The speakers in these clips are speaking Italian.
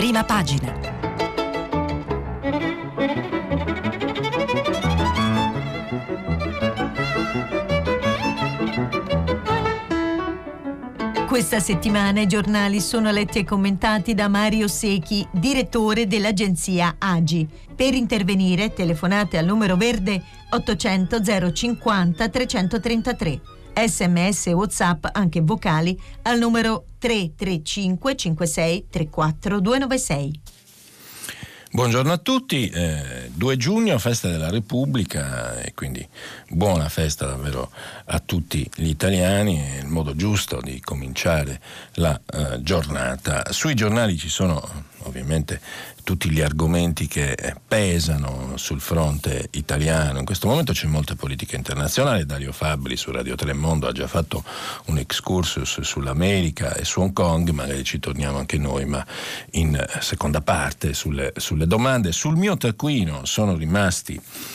prima pagina. Questa settimana i giornali sono letti e commentati da Mario Secchi, direttore dell'agenzia AGI. Per intervenire telefonate al numero verde 800 050 333. SMS e WhatsApp anche vocali al numero 335 56 34 296. Buongiorno a tutti, 2 giugno, festa della Repubblica, e quindi buona festa davvero a tutti gli italiani. È il modo giusto di cominciare la giornata. Sui giornali ci sono ovviamente tutti gli argomenti che pesano sul fronte italiano. In questo momento c'è molta politica internazionale. Dario Fabbri su Radio Telemondo ha già fatto un excursus sull'America e su Hong Kong, magari ci torniamo anche noi, ma in seconda parte sulle domande. Sul mio taccuino sono rimasti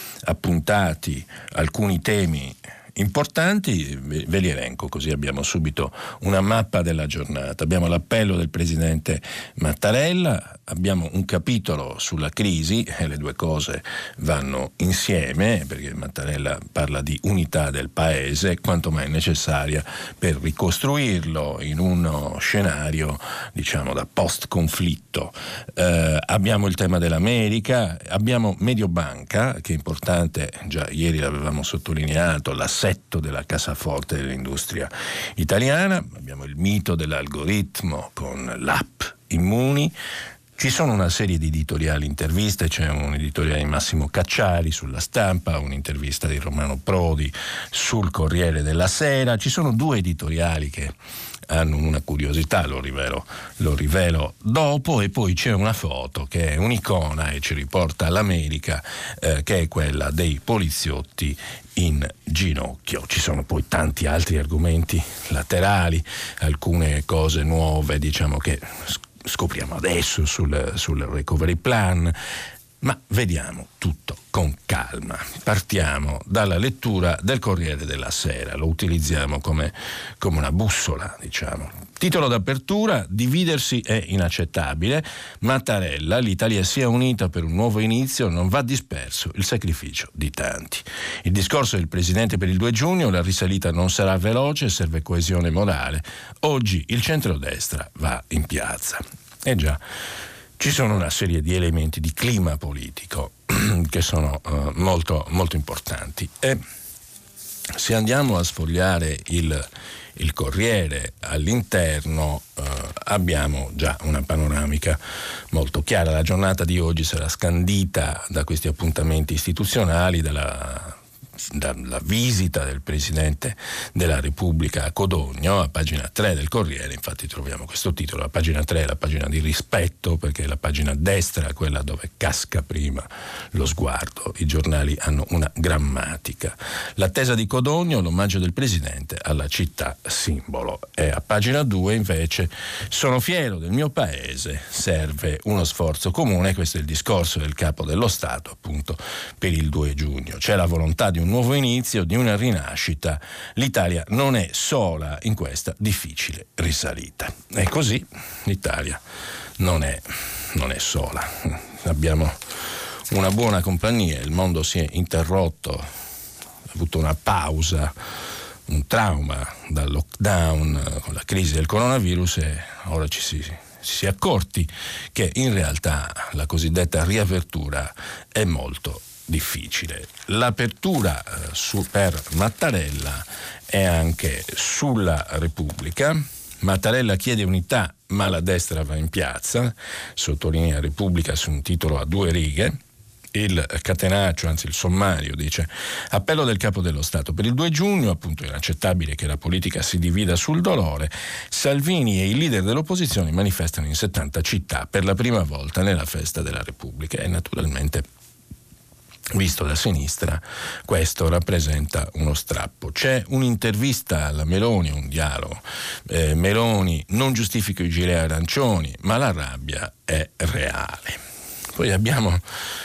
appuntati alcuni temi importanti, ve li elenco così abbiamo subito una mappa della giornata. Abbiamo l'appello del presidente Mattarella, abbiamo un capitolo sulla crisi, e le due cose vanno insieme perché Mattarella parla di unità del paese, quanto mai necessaria per ricostruirlo in uno scenario diciamo da post-conflitto. Abbiamo il tema dell'America, abbiamo Mediobanca, che è importante, già ieri l'avevamo sottolineato, l'assetto della cassaforte dell'industria italiana. Abbiamo il mito dell'algoritmo con l'app Immuni. Ci sono una serie di editoriali, interviste, c'è un editoriale di Massimo Cacciari sulla Stampa, un'intervista di Romano Prodi sul Corriere della Sera. Ci sono 2 editoriali che hanno una curiosità, lo rivelo dopo, e poi c'è una foto che è un'icona e ci riporta all'America, che è quella dei poliziotti in ginocchio. Ci sono poi tanti altri argomenti laterali, alcune cose nuove diciamo che scopriamo adesso sul recovery plan, ma vediamo tutto con calma. Partiamo dalla lettura del Corriere della Sera, lo utilizziamo come una bussola, diciamo. Titolo d'apertura: dividersi è inaccettabile. Mattarella: l'Italia sia unita per un nuovo inizio, non va disperso il sacrificio di tanti. Il discorso del Presidente per il 2 giugno: la risalita non sarà veloce, serve coesione morale. Oggi il centrodestra va in piazza. E già, ci sono una serie di elementi di clima politico che sono molto, molto importanti. E se andiamo a sfogliare il Corriere all'interno, abbiamo già una panoramica molto chiara. La giornata di oggi sarà scandita da questi appuntamenti istituzionali, dalla visita del Presidente della Repubblica a Codogno. A pagina 3 del Corriere infatti troviamo questo titolo. La pagina 3 è la pagina di rispetto, perché è la pagina destra quella dove casca prima lo sguardo. I giornali hanno una grammatica. L'attesa di Codogno, l'omaggio del Presidente alla città simbolo. E a pagina 2 invece: sono fiero del mio paese, serve uno sforzo comune. Questo è il discorso del Capo dello Stato appunto per il 2 giugno. C'è la volontà di un nuovo inizio, di una rinascita. L'Italia non è sola in questa difficile risalita. E così l'Italia non è sola. Abbiamo una buona compagnia, il mondo si è interrotto, ha avuto una pausa, un trauma dal lockdown con la crisi del coronavirus, e ora ci si è accorti che in realtà la cosiddetta riapertura è molto difficile. L'apertura per Mattarella è anche sulla Repubblica. Mattarella chiede unità, ma la destra va in piazza, sottolinea Repubblica su un titolo a 2 righe. Il catenaccio, anzi il sommario, dice: appello del Capo dello Stato per il 2 giugno, appunto è inaccettabile che la politica si divida sul dolore. Salvini e i leader dell'opposizione manifestano in 70 città per la prima volta nella festa della Repubblica. E naturalmente, visto da sinistra, questo rappresenta uno strappo. C'è un'intervista alla Meloni, un dialogo. Meloni: non giustifico i gilet arancioni, ma la rabbia è reale. Poi abbiamo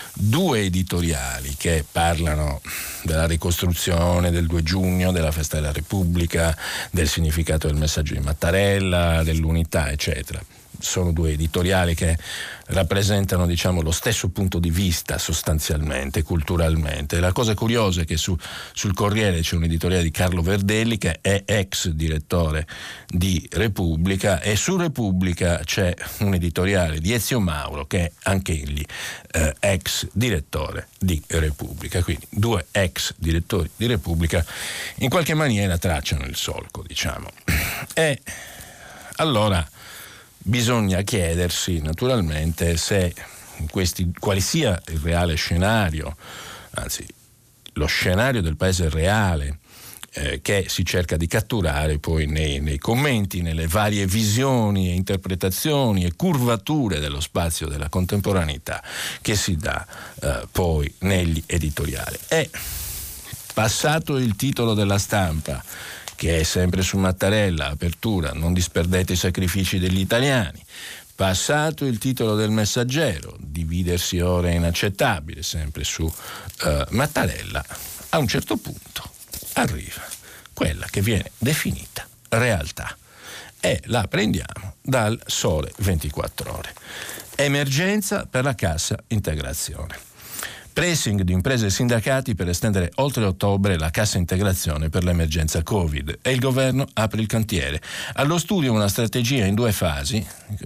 2 editoriali che parlano della ricostruzione del 2 giugno, della festa della Repubblica, del significato del messaggio di Mattarella, dell'unità, eccetera. sono due editoriali che rappresentano, diciamo, lo stesso punto di vista sostanzialmente, culturalmente. La cosa curiosa è che sul Corriere c'è un editoriale di Carlo Verdelli, che è ex direttore di Repubblica, e su Repubblica c'è un editoriale di Ezio Mauro, che è anch'egli ex direttore di Repubblica. Quindi due ex direttori di Repubblica in qualche maniera tracciano il solco, diciamo. E allora bisogna chiedersi naturalmente se quali sia il reale scenario, anzi lo scenario del paese reale che si cerca di catturare poi nei commenti, nelle varie visioni e interpretazioni e curvature dello spazio della contemporaneità che si dà poi negli editoriali. E passato il titolo della Stampa, che è sempre su Mattarella, apertura, non disperdete i sacrifici degli italiani, passato il titolo del Messaggero, dividersi ora è inaccettabile, sempre su Mattarella, a un certo punto arriva quella che viene definita realtà e la prendiamo dal Sole 24 Ore. Emergenza per la cassa integrazione. Pressing di imprese e sindacati per estendere oltre ottobre la cassa integrazione per l'emergenza Covid, e il governo apre il cantiere. Allo studio una strategia in due fasi,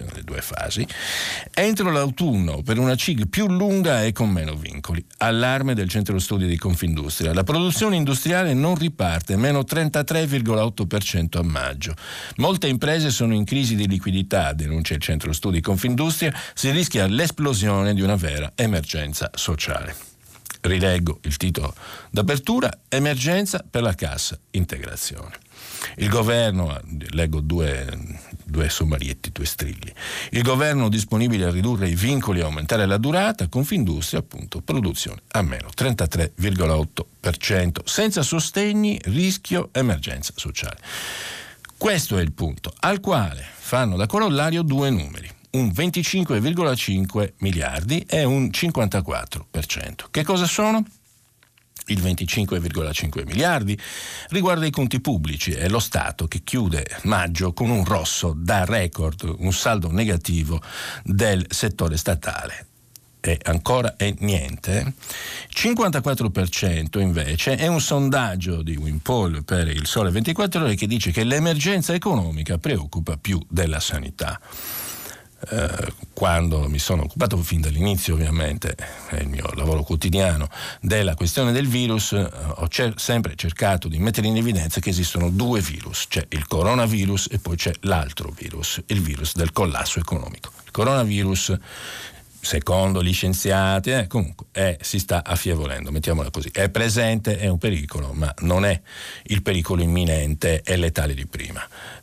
entro l'autunno per una CIG più lunga e con meno vincoli. Allarme del centro studi di Confindustria. La produzione industriale non riparte, meno 33,8% a maggio. Molte imprese sono in crisi di liquidità, denuncia il centro studi Confindustria, si rischia l'esplosione di una vera emergenza sociale. Rileggo il titolo d'apertura: emergenza per la cassa integrazione. Il governo, leggo due sommarietti, due strilli. Il governo disponibile a ridurre i vincoli e aumentare la durata, Confindustria appunto, produzione a meno 33,8%, senza sostegni, rischio emergenza sociale. Questo è il punto al quale fanno da corollario due numeri: un 25,5 miliardi e un 54%. Che cosa sono? Il 25,5 miliardi riguarda i conti pubblici, è lo Stato che chiude maggio con un rosso da record, un saldo negativo del settore statale. E ancora è niente. 54% invece è un sondaggio di Wimpole per il Sole 24 Ore che dice che l'emergenza economica preoccupa più della sanità. Quando mi sono occupato fin dall'inizio, ovviamente, è il mio lavoro quotidiano, della questione del virus, ho sempre cercato di mettere in evidenza che esistono due virus: c'è il coronavirus e poi c'è l'altro virus, il virus del collasso economico. Il coronavirus, secondo gli scienziati, comunque si sta affievolendo, mettiamola così, è presente, è un pericolo, ma non è il pericolo imminente e letale di prima.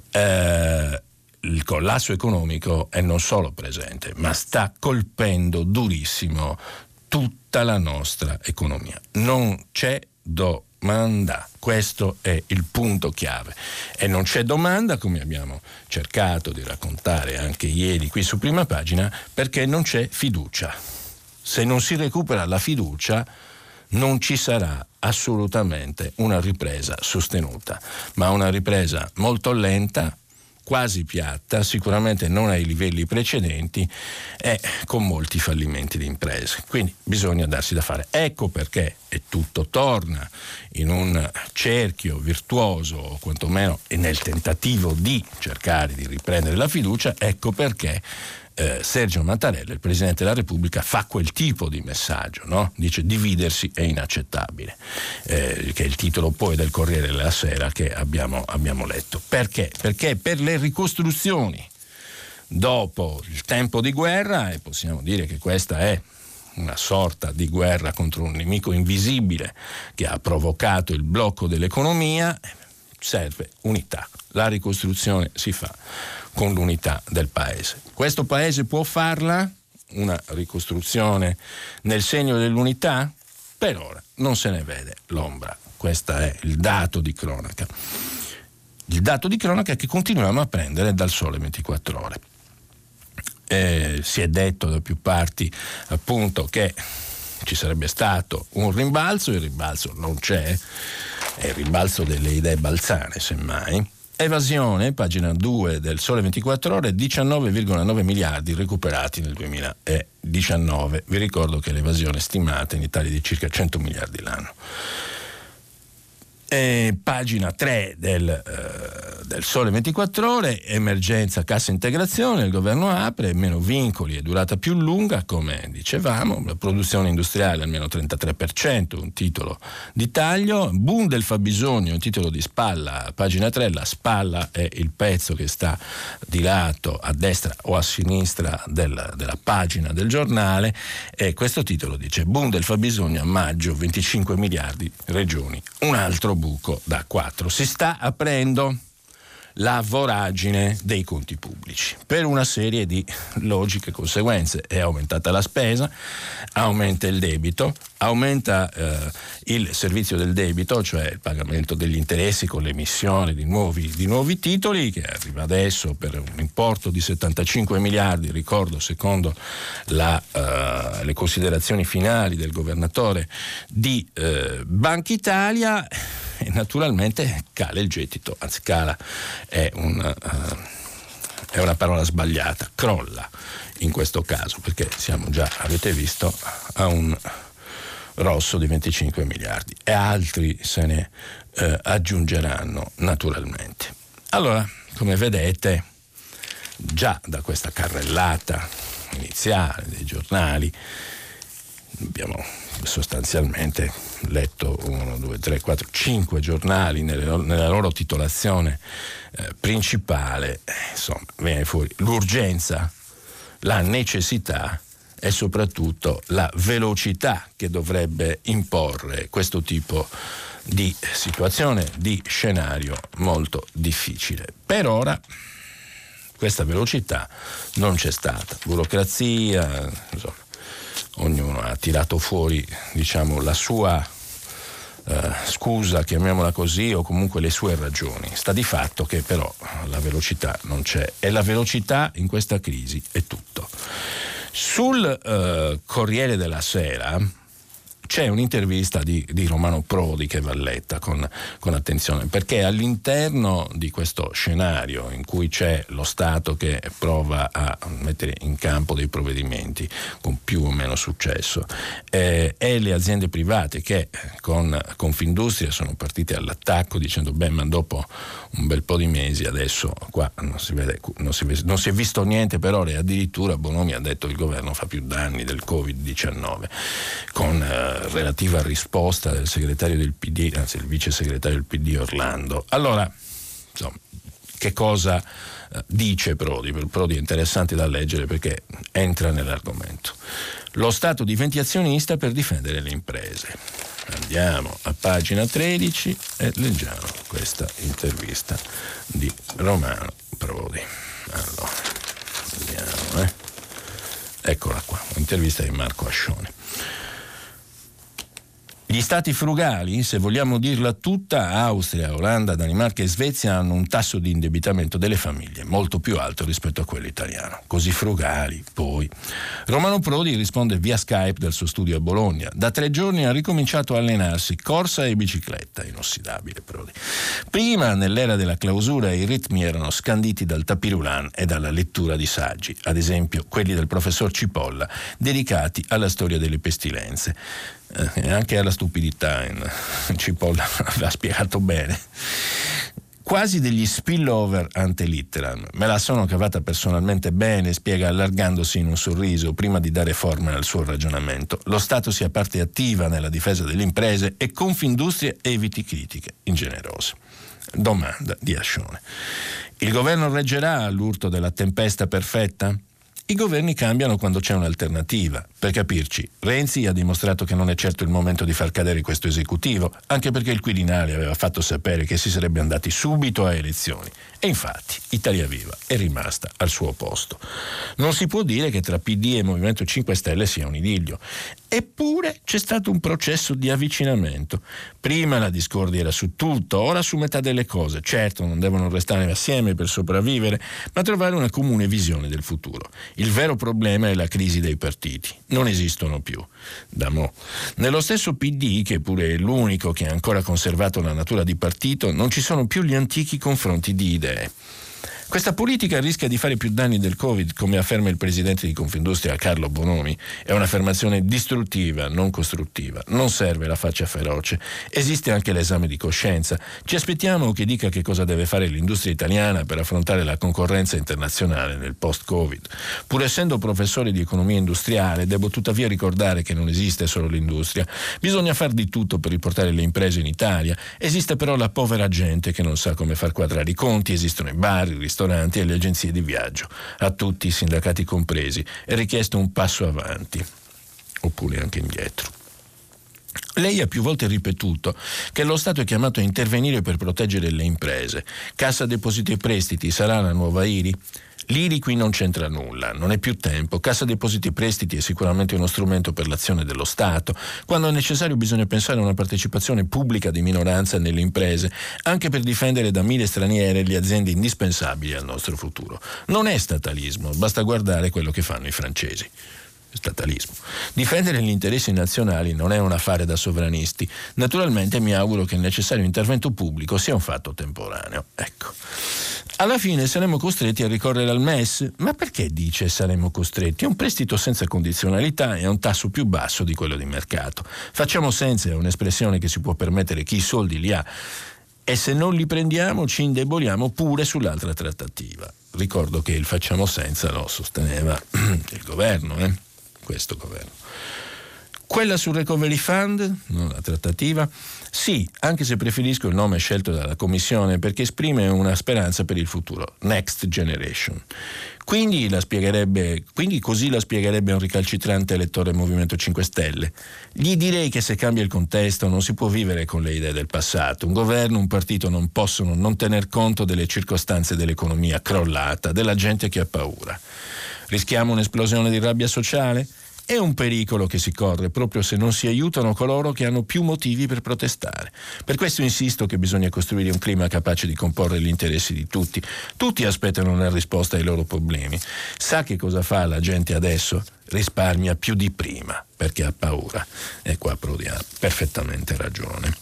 Il collasso economico è non solo presente, ma sta colpendo durissimo tutta la nostra economia. Non c'è domanda, questo è il punto chiave. E non c'è domanda, come abbiamo cercato di raccontare anche ieri qui su Prima Pagina, perché non c'è fiducia. Se non si recupera la fiducia, non ci sarà assolutamente una ripresa sostenuta, ma una ripresa molto lenta, quasi piatta, sicuramente non ai livelli precedenti e con molti fallimenti di imprese. Quindi bisogna darsi da fare. Ecco perché, e tutto torna in un cerchio virtuoso, o quantomeno nel tentativo di cercare di riprendere la fiducia, ecco perché Sergio Mattarella, il Presidente della Repubblica, fa quel tipo di messaggio, no? Dice: dividersi è inaccettabile, che è il titolo poi del Corriere della Sera che abbiamo letto. Perché? Perché per le ricostruzioni dopo il tempo di guerra, e possiamo dire che questa è una sorta di guerra contro un nemico invisibile che ha provocato il blocco dell'economia, serve unità. La ricostruzione si fa con l'unità del paese. Questo paese può farla? Una ricostruzione nel segno dell'unità? Per ora non se ne vede l'ombra. Questo è il dato di cronaca. Il dato di cronaca che continuiamo a prendere dal Sole 24 Ore. Si è detto da più parti appunto che ci sarebbe stato un rimbalzo, il rimbalzo non c'è, è il rimbalzo delle idee balzane semmai, Evasione, pagina 2 del Sole 24 Ore, 19,9 miliardi recuperati nel 2019. Vi ricordo che l'evasione è stimata in Italia di circa 100 miliardi l'anno. Pagina 3 del Sole 24 Ore, emergenza cassa integrazione, il governo apre, meno vincoli e durata più lunga, come dicevamo, la produzione industriale almeno 33%, un titolo di taglio, boom del fabbisogno, un titolo di spalla, pagina 3, la spalla è il pezzo che sta di lato a destra o a sinistra della pagina del giornale, e questo titolo dice boom del fabbisogno a maggio, 25 miliardi, regioni, un altro buco da 4. Si sta aprendo la voragine dei conti pubblici per una serie di logiche conseguenze. È aumentata la spesa, aumenta il debito, aumenta il servizio del debito, cioè il pagamento degli interessi con l'emissione di nuovi titoli, che arriva adesso per un importo di 75 miliardi, ricordo, secondo le considerazioni finali del governatore di Banca Italia. E naturalmente cala il gettito, anzi cala è una parola sbagliata, crolla in questo caso, perché siamo già, avete visto, a un rosso di 25 miliardi e altri se ne aggiungeranno naturalmente. Allora, come vedete, già da questa carrellata iniziale dei giornali abbiamo sostanzialmente letto 1, 2, 3, 4, 5 giornali nella loro titolazione principale. Insomma, viene fuori l'urgenza, la necessità e soprattutto la velocità che dovrebbe imporre questo tipo di situazione, di scenario molto difficile. Per ora questa velocità non c'è stata, burocrazia, insomma, ognuno ha tirato fuori, diciamo, la sua scusa, chiamiamola così, o comunque le sue ragioni. Sta di fatto che però la velocità non c'è, e la velocità in questa crisi è tutto. Sul Corriere della Sera c'è un'intervista di Romano Prodi che va letta con attenzione, perché all'interno di questo scenario in cui c'è lo Stato che prova a mettere in campo dei provvedimenti con più o meno successo, e le aziende private che con Confindustria sono partite all'attacco dicendo ma dopo un bel po' di mesi adesso qua non si è visto niente per ora, e addirittura Bonomi ha detto che il governo fa più danni del Covid-19, con relativa risposta del segretario del PD, anzi il vice segretario del PD Orlando. Allora, insomma, che cosa dice Prodi? Per Prodi è interessante da leggere perché entra nell'argomento. Lo Stato diventi azionista per difendere le imprese. Andiamo a pagina 13 e leggiamo questa intervista di Romano Prodi. Allora, vediamo, eccola qua, un'intervista di Marco Ascione. Gli stati frugali, se vogliamo dirla tutta, Austria, Olanda, Danimarca e Svezia, hanno un tasso di indebitamento delle famiglie molto più alto rispetto a quello italiano. Così frugali, poi. Romano Prodi risponde via Skype dal suo studio a Bologna. Da 3 giorni ha ricominciato a allenarsi corsa e bicicletta, inossidabile Prodi. Prima, nell'era della clausura, i ritmi erano scanditi dal tapirulan e dalla lettura di saggi, ad esempio quelli del professor Cipolla, dedicati alla storia delle pestilenze. E anche alla stupidità Cipolla l'ha spiegato bene. Quasi degli spillover ante litteram. Me la sono cavata personalmente bene, spiega allargandosi in un sorriso prima di dare forma al suo ragionamento. Lo Stato sia parte attiva nella difesa delle imprese e Confindustria eviti critiche ingenerose. Domanda di Ascione. Il governo reggerà all'urto della tempesta perfetta? I governi cambiano quando c'è un'alternativa. Per capirci, Renzi ha dimostrato che non è certo il momento di far cadere questo esecutivo, anche perché il Quirinale aveva fatto sapere che si sarebbe andati subito a elezioni. E infatti Italia Viva è rimasta al suo posto. Non si può dire che tra PD e Movimento 5 Stelle sia un idillio. Eppure c'è stato un processo di avvicinamento. Prima la discordia era su tutto, ora su metà delle cose. Certo, non devono restare assieme per sopravvivere, ma trovare una comune visione del futuro. Il vero problema è la crisi dei partiti. Non esistono più. Nello stesso PD, che pure è l'unico che ha ancora conservato la natura di partito, non ci sono più gli antichi confronti di idee. Questa politica rischia di fare più danni del Covid, come afferma il presidente di Confindustria Carlo Bonomi. È un'affermazione distruttiva, non costruttiva. Non serve la faccia feroce. Esiste anche l'esame di coscienza. Ci aspettiamo che dica che cosa deve fare l'industria italiana per affrontare la concorrenza internazionale nel post-Covid. Pur essendo professore di economia industriale, devo tuttavia ricordare che non esiste solo l'industria. Bisogna far di tutto per riportare le imprese in Italia. Esiste però la povera gente che non sa come far quadrare i conti. Esistono i bar, i ristoranti e le agenzie di viaggio. A tutti, i sindacati compresi, è richiesto un passo avanti, oppure anche indietro. Lei ha più volte ripetuto che lo Stato è chiamato a intervenire per proteggere le imprese. Cassa Depositi e Prestiti sarà la nuova IRI? L'IRI qui non c'entra nulla, non è più tempo. Cassa Depositi e Prestiti è sicuramente uno strumento per l'azione dello Stato. Quando è necessario bisogna pensare a una partecipazione pubblica di minoranza nelle imprese, anche per difendere da mire straniere le aziende indispensabili al nostro futuro. Non è statalismo, basta guardare quello che fanno i francesi. Statalismo. Difendere gli interessi nazionali non è un affare da sovranisti. Naturalmente mi auguro che il necessario intervento pubblico sia un fatto temporaneo. Ecco. Alla fine saremo costretti a ricorrere al MES. Ma perché dice saremo costretti? È un prestito senza condizionalità e a un tasso più basso di quello di mercato. Facciamo senza è un'espressione che si può permettere chi i soldi li ha. E se non li prendiamo ci indeboliamo pure sull'altra trattativa. Ricordo che il facciamo senza lo sosteneva il governo, questo governo. Quella sul Recovery Fund, non la trattativa, sì, anche se preferisco il nome scelto dalla Commissione perché esprime una speranza per il futuro, Next Generation. Quindi così la spiegherebbe un ricalcitrante elettore Movimento 5 Stelle. Gli direi che se cambia il contesto non si può vivere con le idee del passato. Un governo, un partito non possono non tener conto delle circostanze dell'economia crollata, della gente che ha paura. Rischiamo un'esplosione di rabbia sociale? È un pericolo che si corre proprio se non si aiutano coloro che hanno più motivi per protestare. Per questo insisto che bisogna costruire un clima capace di comporre gli interessi di tutti. Tutti aspettano una risposta ai loro problemi. Sa che cosa fa la gente adesso? Risparmia più di prima perché ha paura. E qua Prodi ha perfettamente ragione.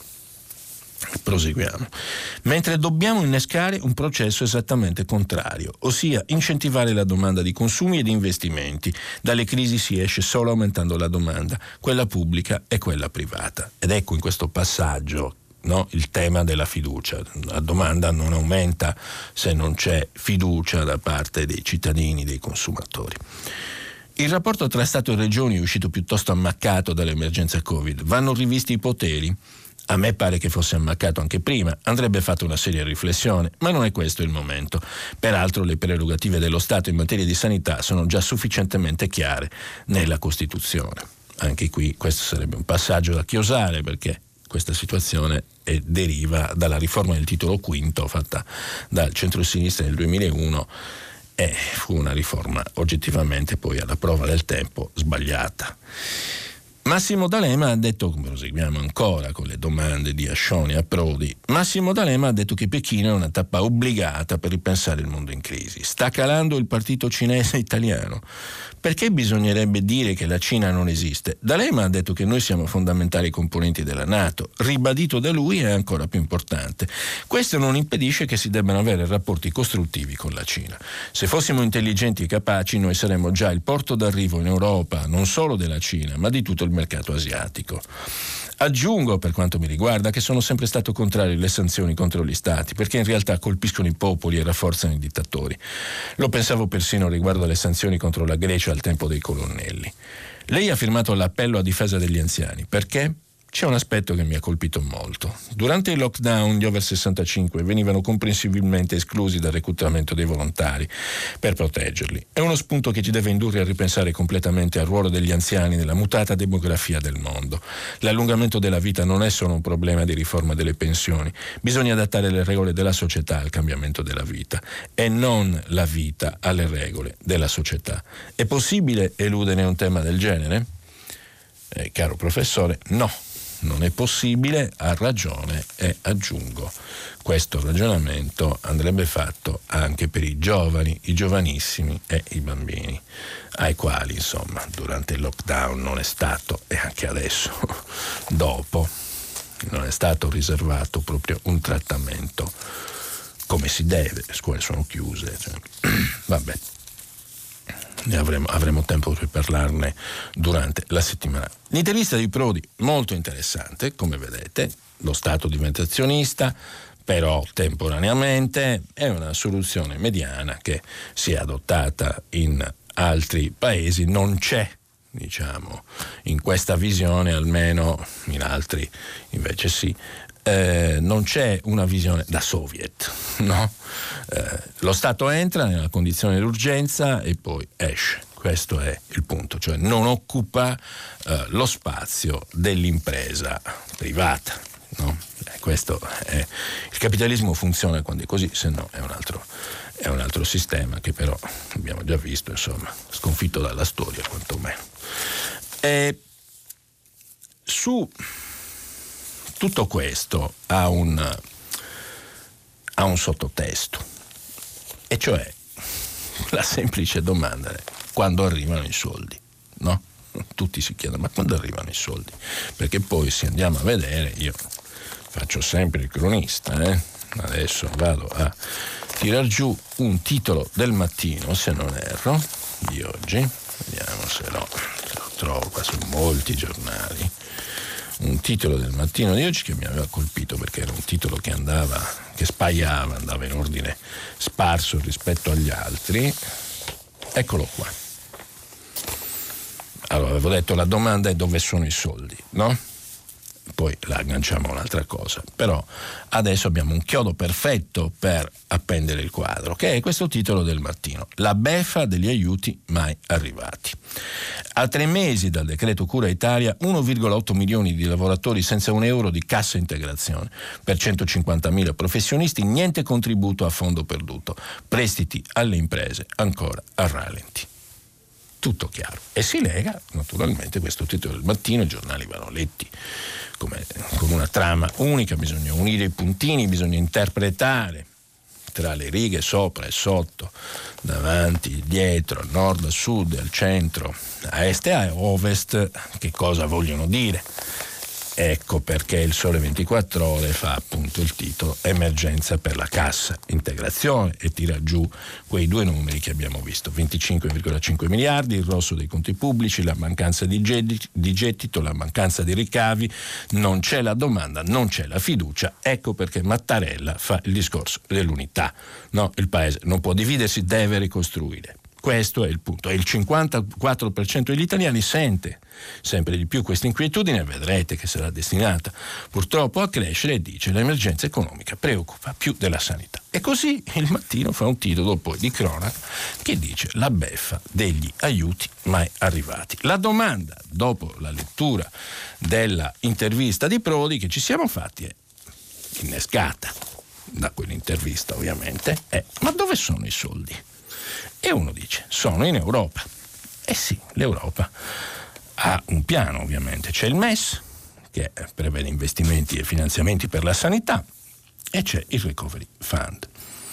Proseguiamo. Mentre dobbiamo innescare un processo esattamente contrario, ossia incentivare la domanda di consumi e di investimenti. Dalle crisi si esce solo aumentando la domanda, quella pubblica e quella privata. Ed ecco in questo passaggio il tema della fiducia. La domanda non aumenta se non c'è fiducia da parte dei cittadini, dei consumatori. Il rapporto tra Stato e Regioni è uscito piuttosto ammaccato dall'emergenza Covid. Vanno rivisti i poteri? A me pare che fosse ammaccato anche prima, andrebbe fatta una seria riflessione, ma non è questo il momento. Peraltro le prerogative dello Stato in materia di sanità sono già sufficientemente chiare nella Costituzione. Anche qui questo sarebbe un passaggio da chiosare perché questa situazione deriva dalla riforma del titolo V fatta dal centro-sinistra nel 2001 e fu una riforma oggettivamente poi alla prova del tempo sbagliata. Massimo D'Alema ha detto, proseguiamo ancora con le domande di Ascioni a Prodi, Massimo D'Alema ha detto che Pechino è una tappa obbligata per ripensare il mondo in crisi. Sta calando il partito cinese italiano. Perché bisognerebbe dire che la Cina non esiste? D'Alema ha detto che noi siamo fondamentali componenti della NATO, ribadito da lui è ancora più importante. Questo non impedisce che si debbano avere rapporti costruttivi con la Cina. Se fossimo intelligenti e capaci noi saremmo già il porto d'arrivo in Europa, non solo della Cina, ma di tutto il mercato asiatico. Aggiungo, per quanto mi riguarda, che sono sempre stato contrario alle sanzioni contro gli stati, perché in realtà colpiscono i popoli e rafforzano i dittatori. Lo pensavo persino riguardo alle sanzioni contro la Grecia al tempo dei colonnelli. Lei ha firmato l'appello a difesa degli anziani. Perché? C'è un aspetto che mi ha colpito molto. Durante il lockdown gli over 65 venivano comprensibilmente esclusi dal reclutamento dei volontari per proteggerli. È uno spunto che ci deve indurre a ripensare completamente al ruolo degli anziani nella mutata demografia del mondo. L'allungamento della vita non è solo un problema di riforma delle pensioni. Bisogna adattare le regole della società al cambiamento della vita e non la vita alle regole della società. È possibile eludere un tema del genere? Caro professore, no, non è possibile, ha ragione, e aggiungo, questo ragionamento andrebbe fatto anche per i giovani, i giovanissimi e i bambini, ai quali insomma durante il lockdown non è stato, e anche adesso dopo, non è stato riservato proprio un trattamento come si deve. Le scuole sono chiuse, vabbè, ne avremo tempo per parlarne durante la settimana. L'intervista di Prodi molto interessante, come vedete, lo Stato diventa azionista, però temporaneamente, è una soluzione mediana che si è adottata in altri paesi, non c'è, diciamo, in questa visione, almeno in altri invece sì, non c'è una visione da soviet, no? Lo Stato entra nella condizione d'urgenza e poi esce. Questo è il punto, cioè non occupa lo spazio dell'impresa privata, no? Questo è, il capitalismo funziona quando è così, se no è un altro sistema che però abbiamo già visto, insomma, sconfitto dalla storia quantomeno. Su tutto questo ha un sottotesto, e cioè la semplice domanda è: quando arrivano i soldi, no? Tutti si chiedono: ma quando arrivano i soldi? Perché poi, se andiamo a vedere, io faccio sempre il cronista, adesso vado a tirar giù un titolo del Mattino, se non erro, di oggi, vediamo se lo trovo qua su molti giornali. Un titolo del Mattino di oggi che mi aveva colpito, perché era un titolo che spaiava, andava in ordine sparso rispetto agli altri. Eccolo qua. Allora, avevo detto, la domanda è: dove sono i soldi, no? Poi la agganciamo a un'altra cosa, però adesso abbiamo un chiodo perfetto per appendere il quadro, che è questo titolo del Mattino: la beffa degli aiuti mai arrivati. A 3 mesi dal decreto Cura Italia, 1,8 milioni di lavoratori senza un euro di cassa integrazione. Per 150.000 professionisti niente contributo a fondo perduto. Prestiti alle imprese ancora a rallenti. Tutto chiaro. E si lega naturalmente questo titolo del Mattino, i giornali vanno letti con una trama unica, bisogna unire i puntini, bisogna interpretare tra le righe, sopra e sotto, davanti, dietro, a nord, a sud, al centro, a est e a ovest, che cosa vogliono dire. Ecco perché il Sole 24 Ore fa appunto il titolo Emergenza per la cassa integrazione e tira giù quei due numeri che abbiamo visto: 25,5 miliardi, il rosso dei conti pubblici, la mancanza di gettito, la mancanza di ricavi, non c'è la domanda, non c'è la fiducia. Ecco perché Mattarella fa il discorso dell'unità, no? Il paese non può dividersi, deve ricostruire. Questo è il punto, e il 54% degli italiani sente sempre di più questa inquietudine, vedrete che sarà destinata purtroppo a crescere, e dice: l'emergenza economica preoccupa più della sanità. E così il Mattino fa un titolo poi di cronaca che dice: la beffa degli aiuti mai arrivati. La domanda, dopo la lettura della intervista di Prodi che ci siamo fatti, è innescata da quell'intervista ovviamente, è: ma dove sono i soldi? E uno dice: sono in Europa. Eh sì, l'Europa ha un piano, ovviamente. C'è il MES, che prevede investimenti e finanziamenti per la sanità, e c'è il Recovery Fund,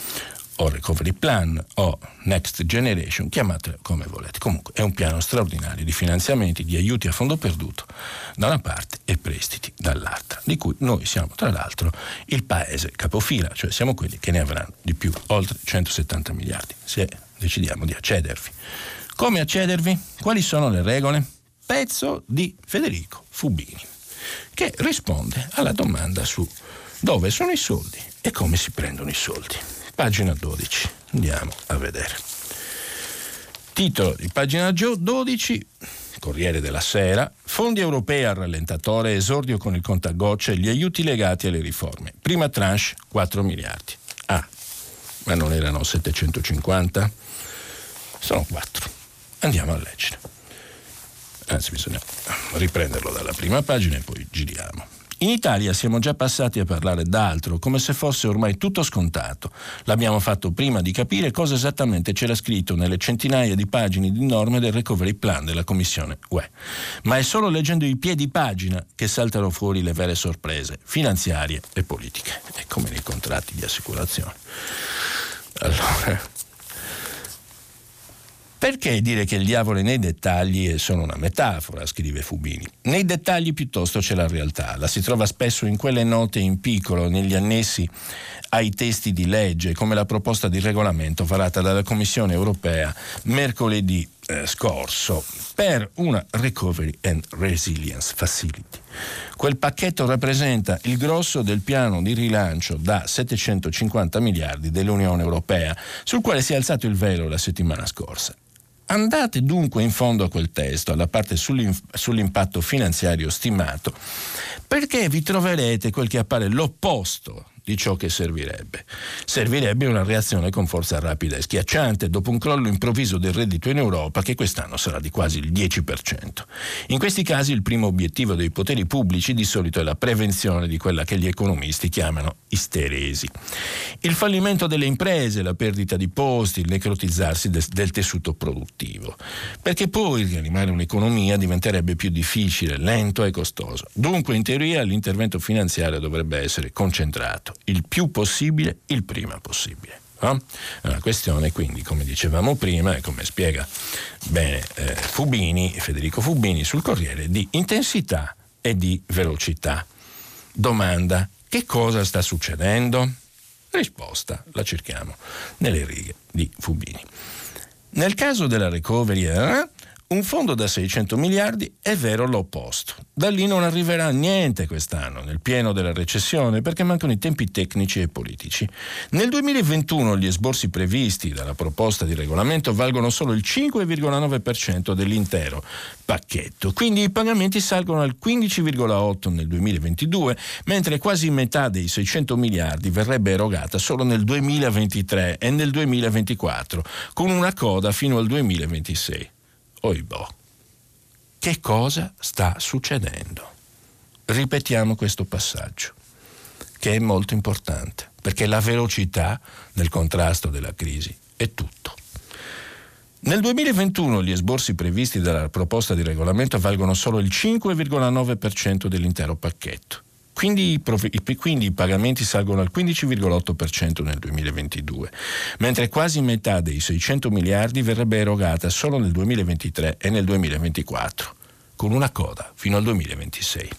o Recovery Plan, o Next Generation, chiamatelo come volete. Comunque è un piano straordinario di finanziamenti, di aiuti a fondo perduto da una parte e prestiti dall'altra, di cui noi siamo tra l'altro il paese capofila, cioè siamo quelli che ne avranno di più, oltre 170 miliardi, se decidiamo di accedervi. Come accedervi? Quali sono le regole? Pezzo di Federico Fubini, che risponde alla domanda su dove sono i soldi e come si prendono i soldi. Pagina 12, andiamo a vedere. Titolo di pagina 12, Corriere della Sera: fondi europei al rallentatore, esordio con il contagocce, gli aiuti legati alle riforme. Prima tranche 4 miliardi. Ah, ma non erano 750? Sono 4. Andiamo a leggere. Anzi, bisogna riprenderlo dalla prima pagina e poi giriamo. In Italia siamo già passati a parlare d'altro, come se fosse ormai tutto scontato. L'abbiamo fatto prima di capire cosa esattamente c'era scritto nelle centinaia di pagine di norme del Recovery Plan della Commissione UE. Ma è solo leggendo i piedi pagina che saltano fuori le vere sorprese finanziarie e politiche. È come nei contratti di assicurazione. Allora, perché dire che il diavolo è nei dettagli è solo una metafora, scrive Fubini. Nei dettagli piuttosto c'è la realtà, la si trova spesso in quelle note in piccolo, negli annessi ai testi di legge, come la proposta di regolamento varata dalla Commissione europea mercoledì scorso per una Recovery and Resilience Facility. Quel pacchetto rappresenta il grosso del piano di rilancio da 750 miliardi dell'Unione Europea, sul quale si è alzato il velo la settimana scorsa. Andate dunque in fondo a quel testo, alla parte sull'impatto finanziario stimato, perché vi troverete quel che appare l'opposto di ciò che servirebbe. Servirebbe una reazione con forza rapida e schiacciante dopo un crollo improvviso del reddito in Europa che quest'anno sarà di quasi il 10%. In questi casi il primo obiettivo dei poteri pubblici di solito è la prevenzione di quella che gli economisti chiamano isteresi. Il fallimento delle imprese, la perdita di posti, il necrotizzarsi del tessuto produttivo. Perché poi rianimare un'economia diventerebbe più difficile, lento e costoso. Dunque in teoria l'intervento finanziario dovrebbe essere concentrato il più possibile, il prima possibile. No? È una questione quindi, come dicevamo prima e come spiega bene Federico Fubini sul Corriere, di intensità e di velocità. Domanda: che cosa sta succedendo? Risposta la cerchiamo nelle righe di Fubini. Nel caso della recovery, un fondo da 600 miliardi è vero l'opposto. Da lì non arriverà niente quest'anno, nel pieno della recessione, perché mancano i tempi tecnici e politici. Nel 2021 gli esborsi previsti dalla proposta di regolamento valgono solo il 5,9% dell'intero pacchetto, quindi i pagamenti salgono al 15,8% nel 2022, mentre quasi metà dei 600 miliardi verrebbe erogata solo nel 2023 e nel 2024, con una coda fino al 2026. Oibò, che cosa sta succedendo? Ripetiamo questo passaggio, che è molto importante, perché la velocità nel contrasto della crisi è tutto. Nel 2021 gli esborsi previsti dalla proposta di regolamento valgono solo il 5,9% dell'intero pacchetto. Quindi i pagamenti salgono al 15,8% nel 2022, mentre quasi metà dei 600 miliardi verrebbe erogata solo nel 2023 e nel 2024, con una coda fino al 2026.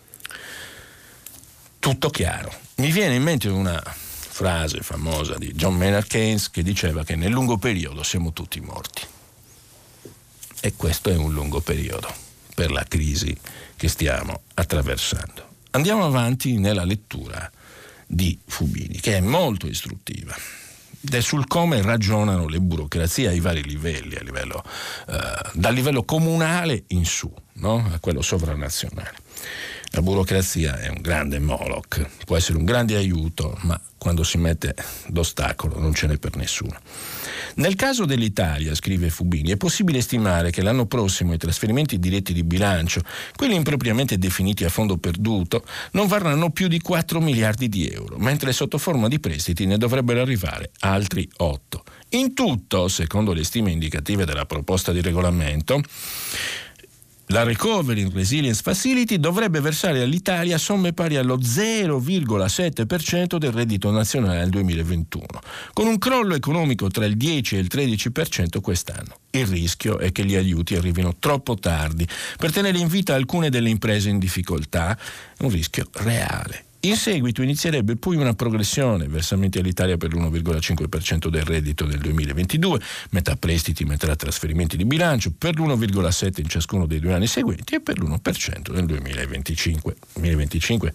Tutto chiaro. Mi viene in mente una frase famosa di John Maynard Keynes che diceva che nel lungo periodo siamo tutti morti. E questo è un lungo periodo per la crisi che stiamo attraversando. Andiamo avanti nella lettura di Fubini, che è molto istruttiva, ed è sul come ragionano le burocrazie ai vari livelli, dal livello comunale in su, no? A quello sovranazionale. La burocrazia è un grande Moloch, può essere un grande aiuto, ma quando si mette d'ostacolo non ce n'è per nessuno. Nel caso dell'Italia, scrive Fubini, è possibile stimare che l'anno prossimo i trasferimenti diretti di bilancio, quelli impropriamente definiti a fondo perduto, non varranno più di 4 miliardi di euro, mentre sotto forma di prestiti ne dovrebbero arrivare altri 8. In tutto, secondo le stime indicative della proposta di regolamento, la Recovery and Resilience Facility dovrebbe versare all'Italia somme pari allo 0,7% del reddito nazionale nel 2021, con un crollo economico tra il 10 e il 13% quest'anno. Il rischio è che gli aiuti arrivino troppo tardi per tenere in vita alcune delle imprese in difficoltà, un rischio reale. In seguito inizierebbe poi una progressione, versamenti all'Italia per l'1,5% del reddito nel 2022, metà prestiti, metà trasferimenti di bilancio, per l'1,7% in ciascuno dei 2 anni seguenti e per l'1% nel 2025. 2025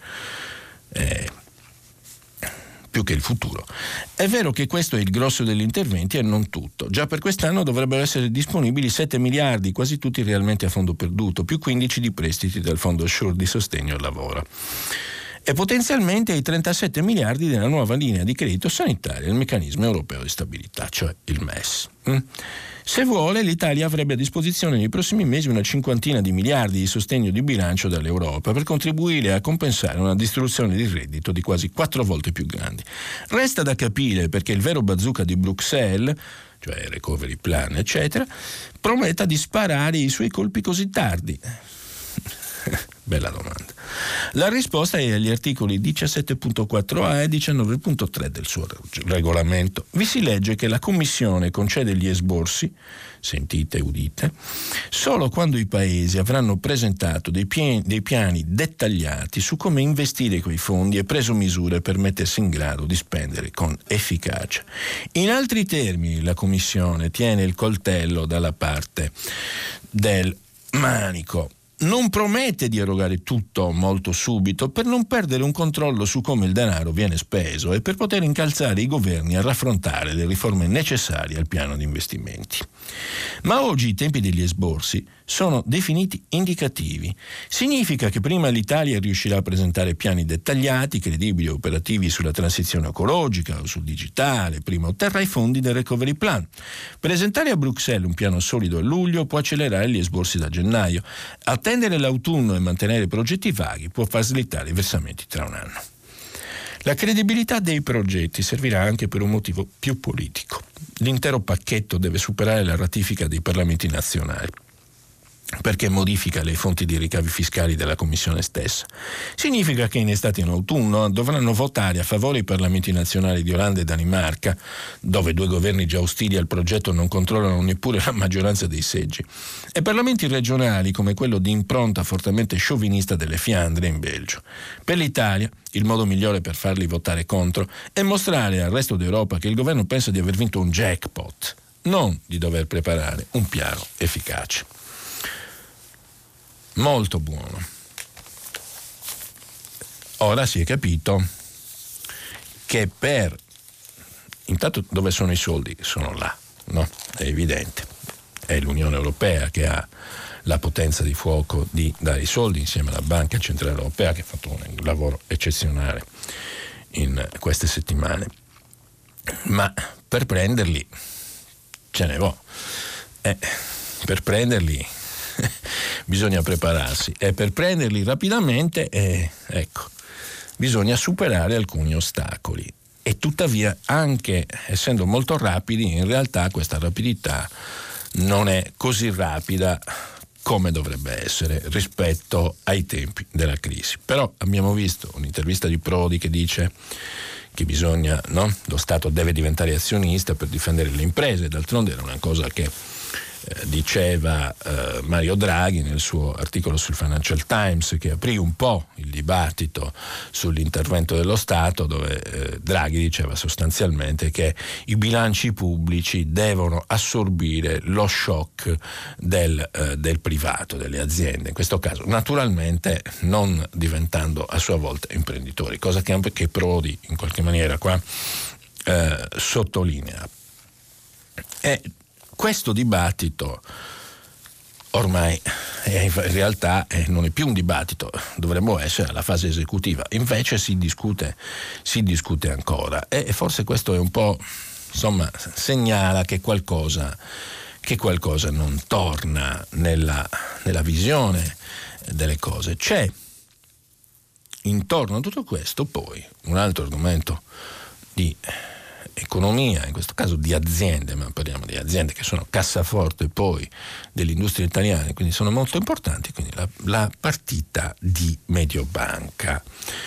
più che il futuro. È vero che questo è il grosso degli interventi e non tutto. Già per quest'anno dovrebbero essere disponibili 7 miliardi, quasi tutti realmente a fondo perduto, più 15 di prestiti del Fondo SURE di sostegno al lavoro. e potenzialmente ai 37 miliardi della nuova linea di credito sanitaria, il meccanismo europeo di stabilità, cioè il MES. Se vuole, l'Italia avrebbe a disposizione nei prossimi mesi una 50 di miliardi di sostegno di bilancio dall'Europa per contribuire a compensare una distruzione di reddito di quasi 4 volte più grandi. Resta da capire perché il vero bazooka di Bruxelles, cioè recovery plan, eccetera, prometta di sparare i suoi colpi così tardi. Bella domanda. La risposta è agli articoli 17.4a e 19.3 del suo regolamento. Vi si legge che la Commissione concede gli esborsi, sentite, udite, solo quando i paesi avranno presentato dei piani dettagliati su come investire quei fondi e preso misure per mettersi in grado di spendere con efficacia. In altri termini, la Commissione tiene il coltello dalla parte del manico. Non promette di erogare tutto molto subito per non perdere un controllo su come il denaro viene speso e per poter incalzare i governi a raffrontare le riforme necessarie al piano di investimenti. Ma oggi i tempi degli esborsi sono definiti indicativi. Significa che prima l'Italia riuscirà a presentare piani dettagliati, credibili e operativi sulla transizione ecologica o sul digitale, prima otterrà i fondi del recovery plan. Presentare a Bruxelles un piano solido a luglio può accelerare gli esborsi da gennaio. Attendere l'autunno e mantenere progetti vaghi può far slittare i versamenti tra un anno. La credibilità dei progetti servirà anche per un motivo più politico. L'intero pacchetto deve superare la ratifica dei parlamenti nazionali, perché modifica le fonti di ricavi fiscali della Commissione stessa. Significa che in estate e in autunno dovranno votare a favore i parlamenti nazionali di Olanda e Danimarca, dove 2 governi già ostili al progetto non controllano neppure la maggioranza dei seggi, e parlamenti regionali come quello di impronta fortemente sciovinista delle Fiandre in Belgio. Per l'Italia il modo migliore per farli votare contro è mostrare al resto d'Europa che il governo pensa di aver vinto un jackpot, non di dover preparare un piano efficace. Molto buono. Ora si è capito che intanto dove sono i soldi? Sono là, no? È evidente. È l'Unione Europea che ha la potenza di fuoco di dare i soldi insieme alla Banca Centrale Europea, che ha fatto un lavoro eccezionale in queste settimane. Ma per prenderli ce ne vo'. Per prenderli bisogna prepararsi e per prenderli rapidamente bisogna superare alcuni ostacoli e tuttavia, anche essendo molto rapidi, in realtà questa rapidità non è così rapida come dovrebbe essere rispetto ai tempi della crisi. Però abbiamo visto un'intervista di Prodi che dice che bisogna, no? Lo Stato deve diventare azionista per difendere le imprese, d'altronde era una cosa che diceva Mario Draghi nel suo articolo sul Financial Times, che aprì un po' il dibattito sull'intervento dello Stato, dove Draghi diceva sostanzialmente che i bilanci pubblici devono assorbire lo shock del privato, delle aziende, in questo caso naturalmente non diventando a sua volta imprenditori, cosa che anche Prodi in qualche maniera qua sottolinea. E questo dibattito ormai in realtà non è più un dibattito, dovremmo essere alla fase esecutiva, invece si discute ancora e forse questo è un po', insomma, segnala che qualcosa non torna nella visione delle cose. C'è intorno a tutto questo poi un altro argomento di economia, in questo caso di aziende, ma parliamo di aziende che sono cassaforte poi dell'industria italiana, quindi sono molto importanti, quindi la partita di Mediobanca.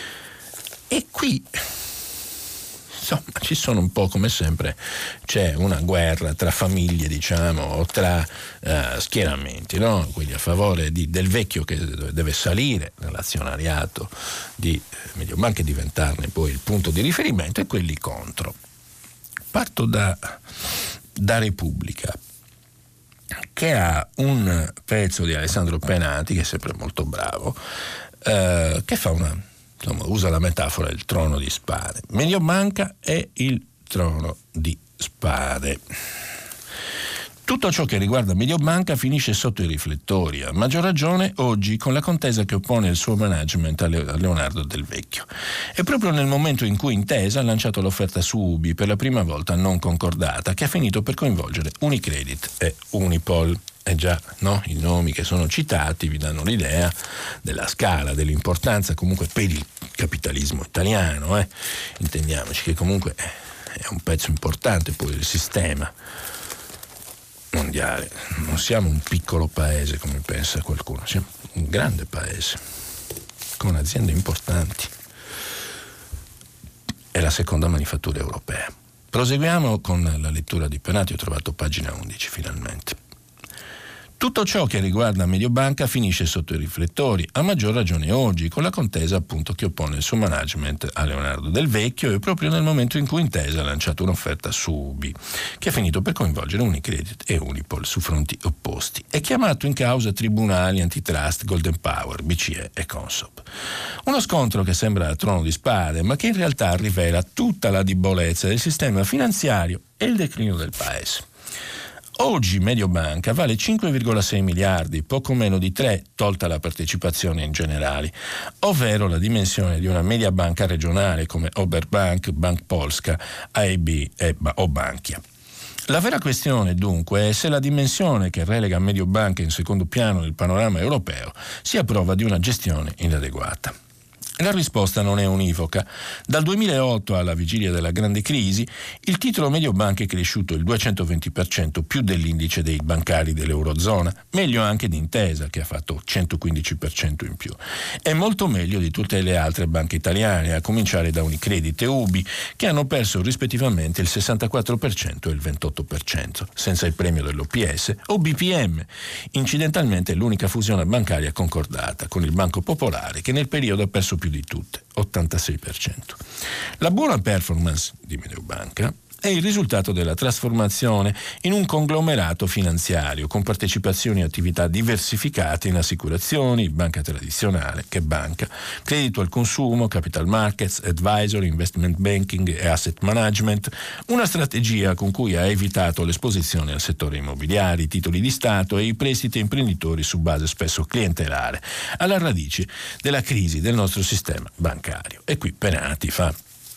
E qui insomma ci sono un po', come sempre c'è una guerra tra famiglie, diciamo, o tra schieramenti, no? Quelli a favore del vecchio che deve salire nell'azionariato di Mediobanca e diventarne poi il punto di riferimento, e quelli contro. Parto da Repubblica, che ha un pezzo di Alessandro Penati, che è sempre molto bravo, che fa usa la metafora del trono di spade. Mediobanca è il trono di spade. Tutto ciò che riguarda Mediobanca finisce sotto i riflettori, a maggior ragione oggi con la contesa che oppone il suo management a Leonardo Del Vecchio. E proprio nel momento in cui Intesa ha lanciato l'offerta su UBI per la prima volta non concordata, che ha finito per coinvolgere Unicredit e Unipol. Già, no? I nomi che sono citati vi danno l'idea della scala, dell'importanza comunque per il capitalismo italiano. Intendiamoci che comunque è un pezzo importante poi del sistema mondiale. Non siamo un piccolo paese come pensa qualcuno, siamo un grande paese con aziende importanti. È la seconda manifattura europea. Proseguiamo con la lettura di Penati, ho trovato pagina 11 finalmente. Tutto ciò che riguarda Mediobanca finisce sotto i riflettori, a maggior ragione oggi, con la contesa appunto che oppone il suo management a Leonardo Del Vecchio, e proprio nel momento in cui Intesa ha lanciato un'offerta su UBI, che ha finito per coinvolgere Unicredit e Unipol su fronti opposti, e chiamato in causa tribunali, antitrust, Golden Power, BCE e Consob. Uno scontro che sembra a trono di spade, ma che in realtà rivela tutta la debolezza del sistema finanziario e il declino del paese. Oggi Mediobanca vale 5,6 miliardi, poco meno di 3 tolta la partecipazione in generali, ovvero la dimensione di una media banca regionale come Oberbank, Bank Polska, AIB o Bankia. La vera questione dunque è se la dimensione che relega Mediobanca in secondo piano nel panorama europeo sia prova di una gestione inadeguata. La risposta non è univoca. Dal 2008 alla vigilia della grande crisi, il titolo Mediobanca è cresciuto il 220%, più dell'indice dei bancari dell'Eurozona, meglio anche di Intesa che ha fatto 115% in più. È molto meglio di tutte le altre banche italiane, a cominciare da Unicredit e UBI, che hanno perso rispettivamente il 64% e il 28%, senza il premio dell'OPS, o BPM, incidentalmente l'unica fusione bancaria concordata, con il Banco Popolare, che nel periodo ha perso più di tutte, 86%. La buona performance di Mediobanca è il risultato della trasformazione in un conglomerato finanziario con partecipazioni e attività diversificate in assicurazioni, banca tradizionale, che banca, credito al consumo, capital markets, advisory, investment banking e asset management, una strategia con cui ha evitato l'esposizione al settore immobiliare, i titoli di Stato e i prestiti a imprenditori su base spesso clientelare, alla radice della crisi del nostro sistema bancario. E qui Penati fa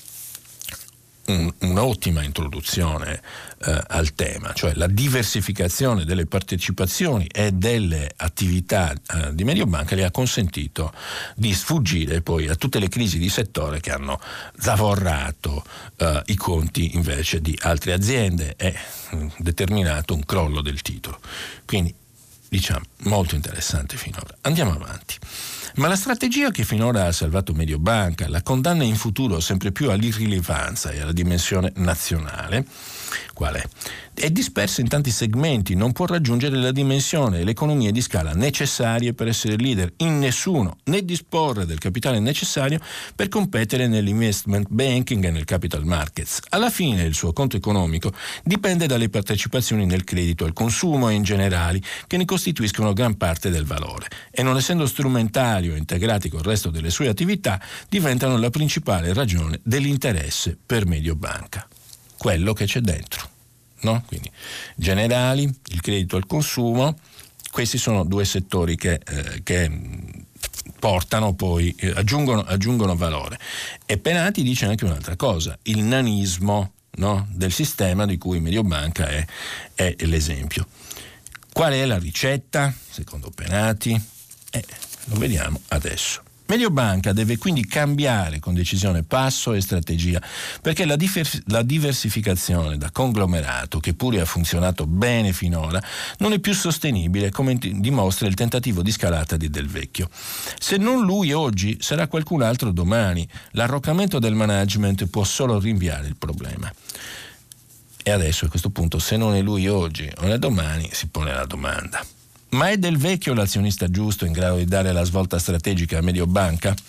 un'ottima introduzione al tema, cioè la diversificazione delle partecipazioni e delle attività di Mediobanca le ha consentito di sfuggire poi a tutte le crisi di settore che hanno zavorrato i conti invece di altre aziende e determinato un crollo del titolo. Quindi diciamo molto interessante finora. Andiamo avanti. Ma la strategia che finora ha salvato Mediobanca la condanna in futuro sempre più all'irrilevanza e alla dimensione nazionale. Qual è? È dispersa in tanti segmenti, non può raggiungere la dimensione e le economie di scala necessarie per essere leader in nessuno, né disporre del capitale necessario per competere nell'investment banking e nel capital markets. Alla fine il suo conto economico dipende dalle partecipazioni nel credito al consumo e in generali, che ne costituiscono gran parte del valore, e non essendo strumentali o integrati col resto delle sue attività, diventano la principale ragione dell'interesse per Mediobanca, quello che c'è dentro. No? Quindi generali, il credito al consumo, questi sono due settori che portano poi, aggiungono valore. E Penati dice anche un'altra cosa, il nanismo, no? Del sistema di cui Mediobanca è l'esempio. Qual è la ricetta, secondo Penati? Lo vediamo adesso. Mediobanca deve quindi cambiare con decisione passo e strategia, perché la diversificazione da conglomerato, che pure ha funzionato bene finora, non è più sostenibile, come dimostra il tentativo di scalata di Del Vecchio. Se non lui oggi, sarà qualcun altro domani. L'arroccamento del management può solo rinviare il problema. E adesso a questo punto, se non è lui oggi o è domani, si pone la domanda: ma è Del Vecchio l'azionista giusto in grado di dare la svolta strategica a Mediobanca?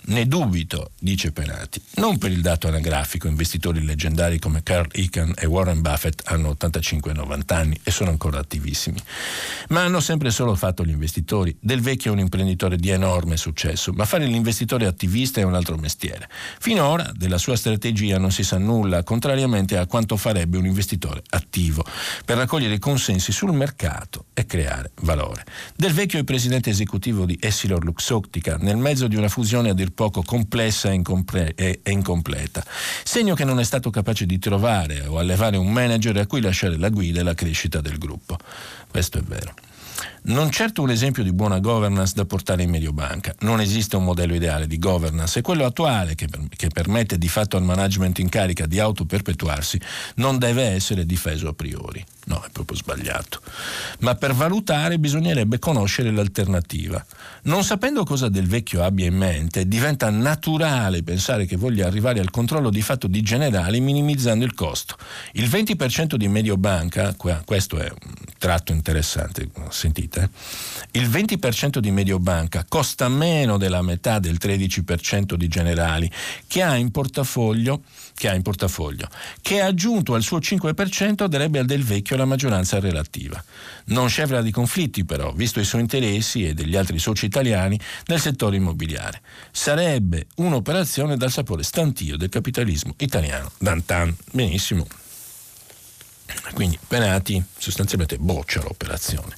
Ne dubito, dice Penati, non per il dato anagrafico, investitori leggendari come Carl Icahn e Warren Buffett hanno 85 e 90 anni e sono ancora attivissimi, ma hanno sempre solo fatto gli investitori. Del Vecchio è un imprenditore di enorme successo, ma fare l'investitore attivista è un altro mestiere. Finora della sua strategia non si sa nulla, contrariamente a quanto farebbe un investitore attivo, per raccogliere consensi sul mercato e creare valore. Del Vecchio è presidente esecutivo di EssilorLuxottica, nel mezzo di una fusione a dir poco complessa e incompleta, segno che non è stato capace di trovare o allevare un manager a cui lasciare la guida e la crescita del gruppo. Questo è vero. Non certo un esempio di buona governance da portare in Mediobanca. Non esiste un modello ideale di governance e quello attuale, che permette di fatto al management in carica di autoperpetuarsi, non deve essere difeso a priori. No, è proprio sbagliato. Ma per valutare bisognerebbe conoscere l'alternativa. Non sapendo cosa Del Vecchio abbia in mente, diventa naturale pensare che voglia arrivare al controllo di fatto di Generali minimizzando il costo. Il 20% di Mediobanca, questo è un tratto interessante, sentite, il 20% di Mediobanca costa meno della metà del 13% di Generali, che ha in portafoglio, che aggiunto al suo 5% darebbe al Del Vecchio la maggioranza relativa. Non scevra di conflitti però, visto i suoi interessi e degli altri soci italiani nel settore immobiliare. Sarebbe un'operazione dal sapore stantio del capitalismo italiano d'antan. Benissimo. Quindi Penati sostanzialmente boccia l'operazione.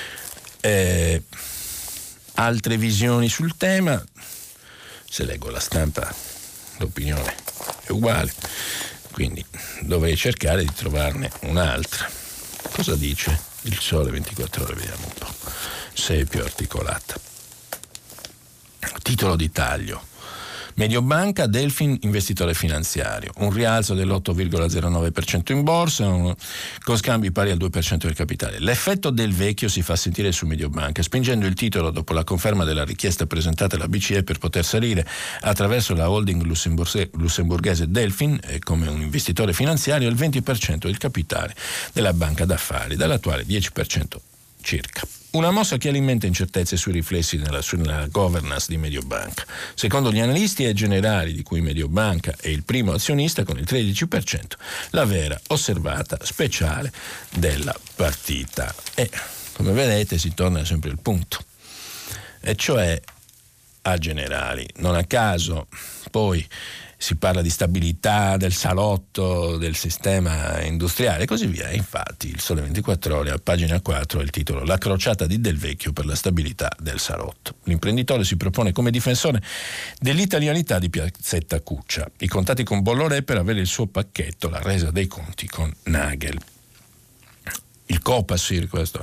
Altre visioni sul tema, se leggo la stampa l'opinione è uguale, quindi dovrei cercare di trovarne un'altra. Cosa dice il Sole 24 Ore? Vediamo un po' se è più articolata. Titolo di taglio: Mediobanca, Delfin, investitore finanziario. Un rialzo dell'8,09% in borsa, con scambi pari al 2% del capitale. L'effetto Del Vecchio si fa sentire su Mediobanca, spingendo il titolo, dopo la conferma della richiesta presentata alla BCE per poter salire attraverso la holding lussemburghese Delfin, come un investitore finanziario, al 20% del capitale della banca d'affari, dall'attuale 10% circa. Una mossa che alimenta incertezze sui riflessi nella governance di Mediobanca. Secondo gli analisti e generali, di cui Mediobanca è il primo azionista con il 13%, la vera osservata speciale della partita. E come vedete si torna sempre al punto, e cioè a Generali. Non a caso poi si parla di stabilità del salotto, del sistema industriale e così via. Infatti il Sole 24 Ore a pagina 4 ha il titolo La crociata di Del Vecchio per la stabilità del salotto. L'imprenditore si propone come difensore dell'italianità di Piazzetta Cuccia. I contatti con Bolloré per avere il suo pacchetto, la resa dei conti con Nagel. Il Copasir, questo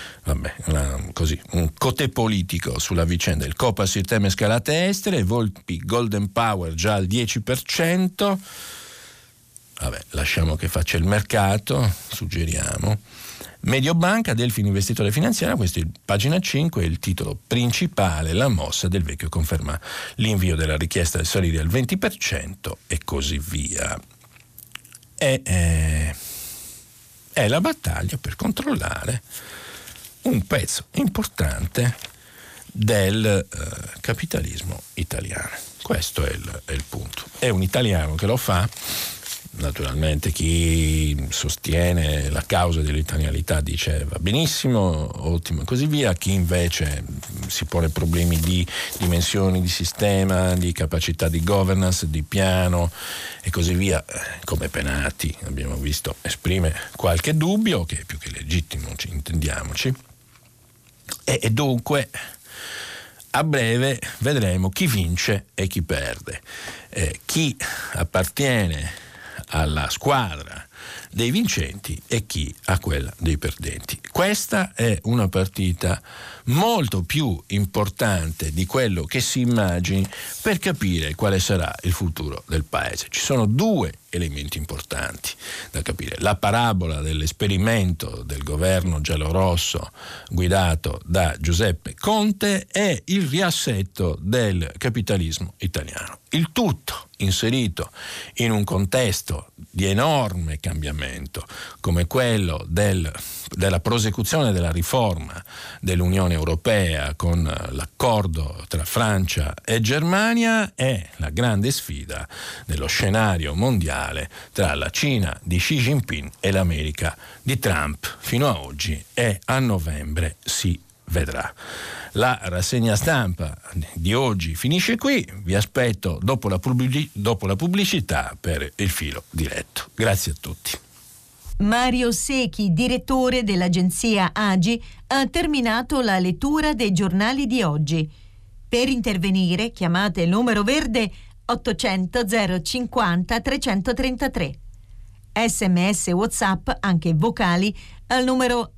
un cotè politico sulla vicenda. Il Copasir teme scalate estere, Volpi Golden Power già al 10%. Lasciamo che faccia il mercato, suggeriamo. Mediobanca, Delfin investitore finanziario, questo è il pagina 5, il titolo principale, la mossa Del Vecchio conferma l'invio della richiesta di salire al 20% e così via. È la battaglia per controllare un pezzo importante del capitalismo italiano. Questo è il punto. È un italiano che lo fa. Naturalmente chi sostiene la causa dell'italianità dice va benissimo, ottimo e così via. Chi invece si pone problemi di dimensioni, di sistema, di capacità di governance, di piano e così via, come Penati, abbiamo visto, esprime qualche dubbio, che è più che legittimo, intendiamoci. E dunque a breve vedremo chi vince e chi perde, chi appartiene alla squadra dei vincenti e chi a quella dei perdenti. Questa è una partita molto più importante di quello che si immagini per capire quale sarà il futuro del paese. Ci sono due elementi importanti da capire: la parabola dell'esperimento del governo giallorosso guidato da Giuseppe Conte e il riassetto del capitalismo italiano. Il tutto inserito in un contesto di enorme cambiamento cambiamento come quello della prosecuzione della riforma dell'Unione Europea con l'accordo tra Francia e Germania è la grande sfida dello scenario mondiale tra la Cina di Xi Jinping e l'America di Trump. Fino a oggi e a novembre si vedrà. La rassegna stampa di oggi finisce qui, vi aspetto dopo la pubblicità per il filo diretto. Grazie a tutti. Mario Secchi, direttore dell'agenzia AGI, ha terminato la lettura dei giornali di oggi. Per intervenire chiamate il numero verde 800 050 333. SMS WhatsApp, anche vocali, al numero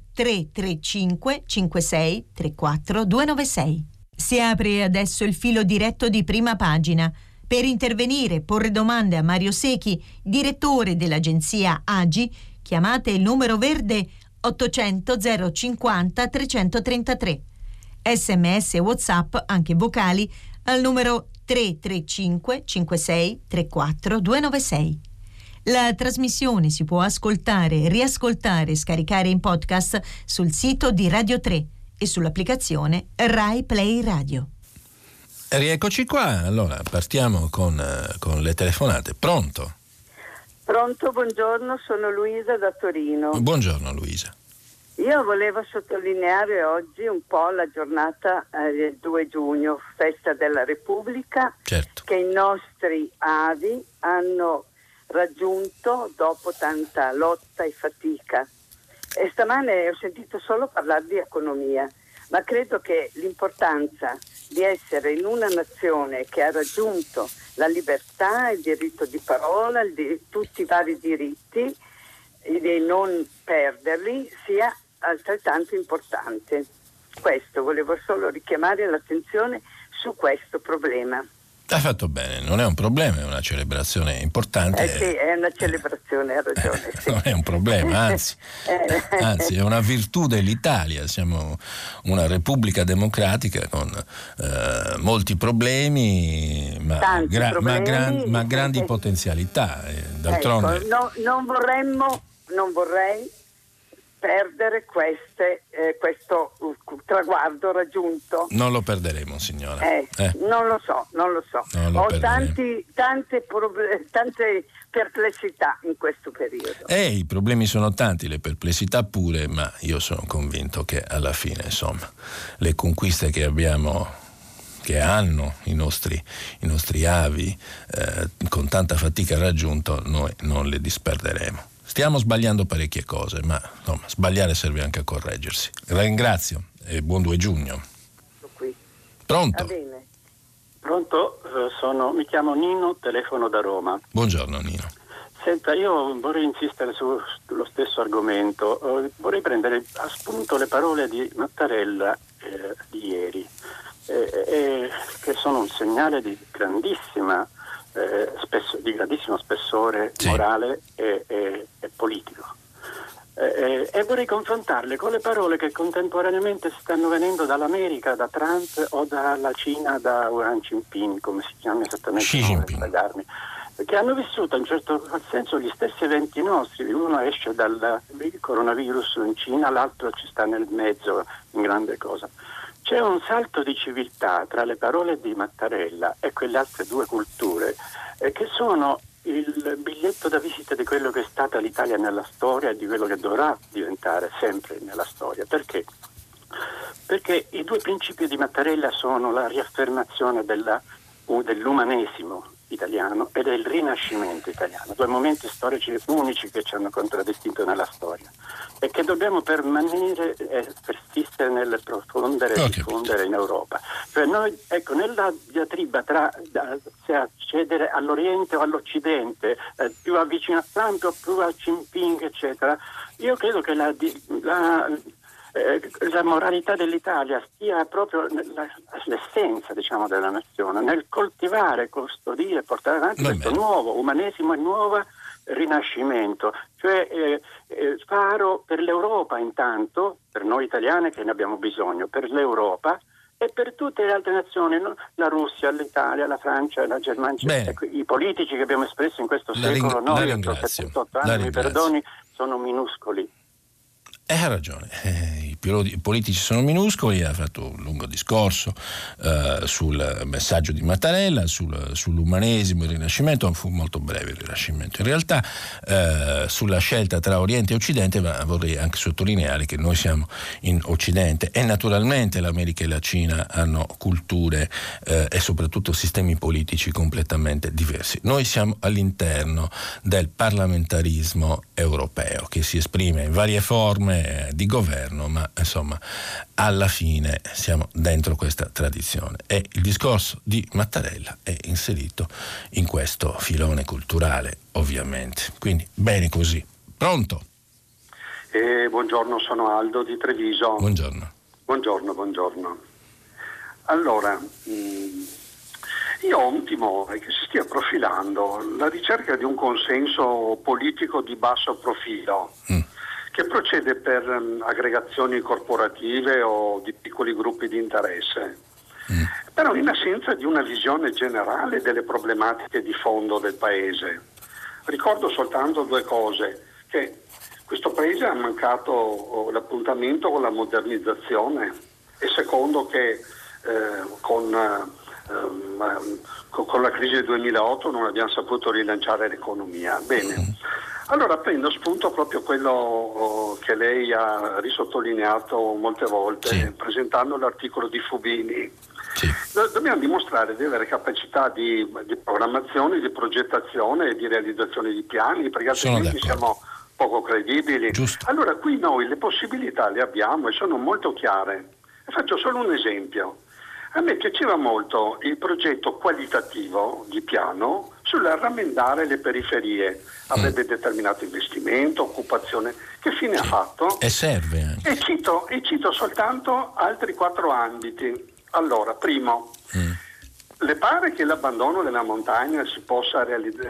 335 56 34 296. Si apre adesso il filo diretto di Prima Pagina. Per intervenire e porre domande a Mario Secchi, direttore dell'agenzia AGI, chiamate il numero verde 800 050 333. SMS WhatsApp, anche vocali, al numero 335 56 34 296. La trasmissione si può ascoltare, riascoltare e scaricare in podcast sul sito di Radio 3 e sull'applicazione Rai Play Radio. Rieccoci qua, allora partiamo con le telefonate. Pronto? Pronto, buongiorno, sono Luisa da Torino. Buongiorno Luisa. Io volevo sottolineare oggi un po' la giornata del 2 giugno, festa della Repubblica, certo, che i nostri avi hanno raggiunto dopo tanta lotta e fatica. E stamane ho sentito solo parlare di economia, ma credo che l'importanza di essere in una nazione che ha raggiunto la libertà, il diritto di parola, tutti i vari diritti, e di non perderli, sia altrettanto importante. Questo, volevo solo richiamare l'attenzione su questo problema. Hai fatto bene, non è un problema, è una celebrazione importante. Sì, è una celebrazione, hai ragione. Sì. Non è un problema, anzi è una virtù dell'Italia. Siamo una repubblica democratica con molti problemi, ma grandi potenzialità. D'altronde... Ecco, non vorrei perdere questo traguardo raggiunto. Non lo perderemo, signora. Non lo so. Ho tante perplessità in questo periodo. I problemi sono tanti, le perplessità pure, ma io sono convinto che alla fine, insomma, le conquiste che hanno i nostri avi con tanta fatica raggiunto, noi non le disperderemo. Stiamo sbagliando parecchie cose, ma insomma, sbagliare serve anche a correggersi. La ringrazio e buon 2 giugno. Qui. Pronto? Va bene. Pronto, mi chiamo Nino, telefono da Roma. Buongiorno Nino. Senta, io vorrei insistere sullo stesso argomento. Vorrei prendere a spunto le parole di Mattarella di ieri, che sono un segnale di grandissimo spessore morale e politico. E vorrei confrontarle con le parole che contemporaneamente stanno venendo dall'America, da Trump o dalla Cina, da Xi Jinping, come si chiama esattamente, Xi Jinping, che hanno vissuto in certo senso gli stessi eventi nostri. Uno esce dal coronavirus in Cina, l'altro ci sta nel mezzo in grande cosa. C'è un salto di civiltà tra le parole di Mattarella e quelle altre due culture che sono il biglietto da visita di quello che è stata l'Italia nella storia e di quello che dovrà diventare sempre nella storia. Perché? Perché i due principi di Mattarella sono la riaffermazione dell'umanesimo italiano e del rinascimento italiano, due momenti storici unici che ci hanno contraddistinto nella storia e che dobbiamo permanere e persistere nel profondere e diffondere in Europa. Cioè noi, nella diatriba tra se accedere all'Oriente o all'Occidente, più vicino a Trump o più a Xi Jinping, eccetera, io credo che la moralità dell'Italia stia proprio nell'essenza, diciamo, della nazione, nel coltivare, custodire, portare avanti questo nuovo umanesimo e nuovo rinascimento, cioè faro per l'Europa intanto, per noi italiani che ne abbiamo bisogno, per l'Europa, e per tutte le altre nazioni, no? La Russia, l'Italia, la Francia, la Germania, ecco, i politici che abbiamo espresso in questo secolo, noi ho 78 anni, mi perdoni, sono minuscoli. Ha ragione, i politici sono minuscoli. Ha fatto un lungo discorso sul messaggio di Mattarella, sull'umanesimo, il Rinascimento. Fu molto breve il Rinascimento in realtà, sulla scelta tra Oriente e Occidente, ma vorrei anche sottolineare che noi siamo in Occidente e naturalmente l'America e la Cina hanno culture e soprattutto sistemi politici completamente diversi. Noi siamo all'interno del parlamentarismo europeo che si esprime in varie forme di governo, ma insomma alla fine siamo dentro questa tradizione e il discorso di Mattarella è inserito in questo filone culturale, ovviamente, quindi bene così. Pronto? Buongiorno, sono Aldo di Treviso. Buongiorno. Buongiorno. Allora, io ho un timore che si stia profilando la ricerca di un consenso politico di basso profilo che procede per aggregazioni corporative o di piccoli gruppi di interesse, però in assenza di una visione generale delle problematiche di fondo del Paese. Ricordo soltanto due cose, che questo Paese ha mancato l'appuntamento con la modernizzazione e secondo che con la crisi del 2008 non abbiamo saputo rilanciare l'economia. Bene. Allora prendo spunto proprio quello che lei ha risottolineato molte volte, presentando l'articolo di Fubini. Dobbiamo dimostrare di avere capacità di programmazione, di progettazione e di realizzazione di piani, perché altrimenti siamo poco credibili. Giusto. Allora qui noi le possibilità le abbiamo e sono molto chiare. E faccio solo un esempio. A me piaceva molto il progetto qualitativo di piano sul rammendare le periferie. Avrebbe determinato investimento, occupazione. Che fine ha fatto? E serve anche. E cito soltanto altri 4 ambiti. Allora, primo, le pare che l'abbandono della montagna si possa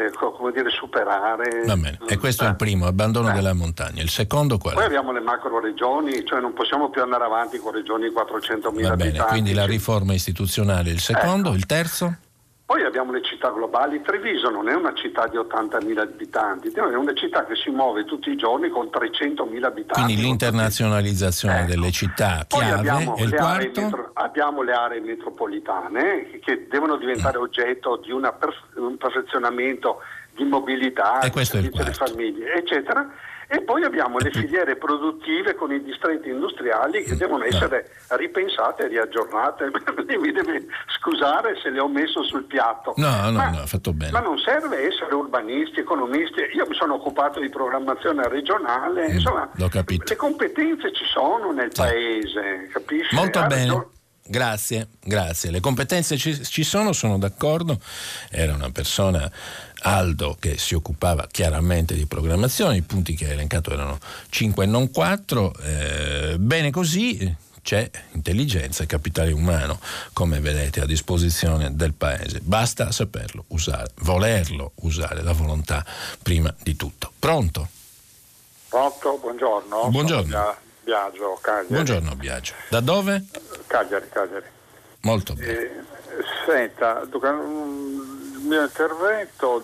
superare? Va bene, e questo è il primo, abbandono della montagna. Il secondo qual è? Poi abbiamo le macro regioni, cioè non possiamo più andare avanti con regioni di 400.000 Va bene, abitanti. quindi la riforma istituzionale, il secondo, il terzo? Poi abbiamo le città globali. Treviso non è una città di 80.000 abitanti, è una città che si muove tutti i giorni con 300.000 abitanti. Quindi l'internazionalizzazione delle città chiave. E il quarto? Abbiamo le aree metropolitane che devono diventare oggetto di un perfezionamento di mobilità, e questo è il delle famiglie, eccetera. E poi abbiamo le filiere produttive con i distretti industriali che devono essere ripensate e riaggiornate. Mi deve scusare se le ho messo sul piatto. No, ha fatto bene. Ma non serve essere urbanisti, economisti. Io mi sono occupato di programmazione regionale. Insomma, l'ho capito. Le competenze ci sono nel Paese, capisci? Molto bene. Grazie. Le competenze ci sono d'accordo. Era una persona, Aldo, che si occupava chiaramente di programmazione. I punti che ha elencato erano 5 e non 4. Bene così. C'è intelligenza e capitale umano, come vedete, a disposizione del Paese. Basta saperlo usare, volerlo usare, la volontà prima di tutto. Pronto? Buongiorno. Buongiorno. Biagio, Cagliari. Buongiorno Biagio. Da dove? Cagliari. Molto bene. Senta, il mio intervento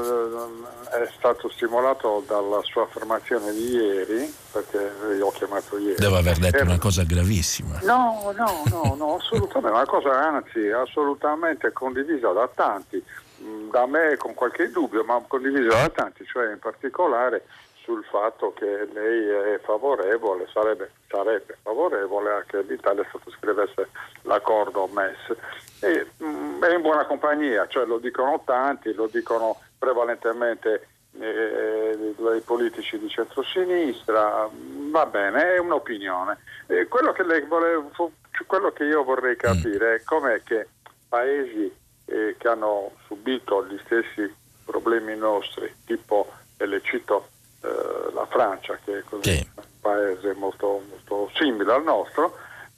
è stato stimolato dalla sua affermazione di ieri, perché io ho chiamato ieri. Devo aver detto una cosa gravissima. No, assolutamente, una cosa anzi assolutamente condivisa da tanti, da me con qualche dubbio, ma condivisa da tanti, cioè in particolare sul fatto che lei è favorevole, sarebbe favorevole a che l'Italia sottoscrivesse l'accordo MES. E è in buona compagnia, cioè lo dicono tanti, lo dicono prevalentemente i politici di centrosinistra, va bene, è un'opinione. Quello che io vorrei capire è com'è che paesi che hanno subito gli stessi problemi nostri, tipo, e le cito, la Francia, che è così, un paese molto, molto simile al nostro,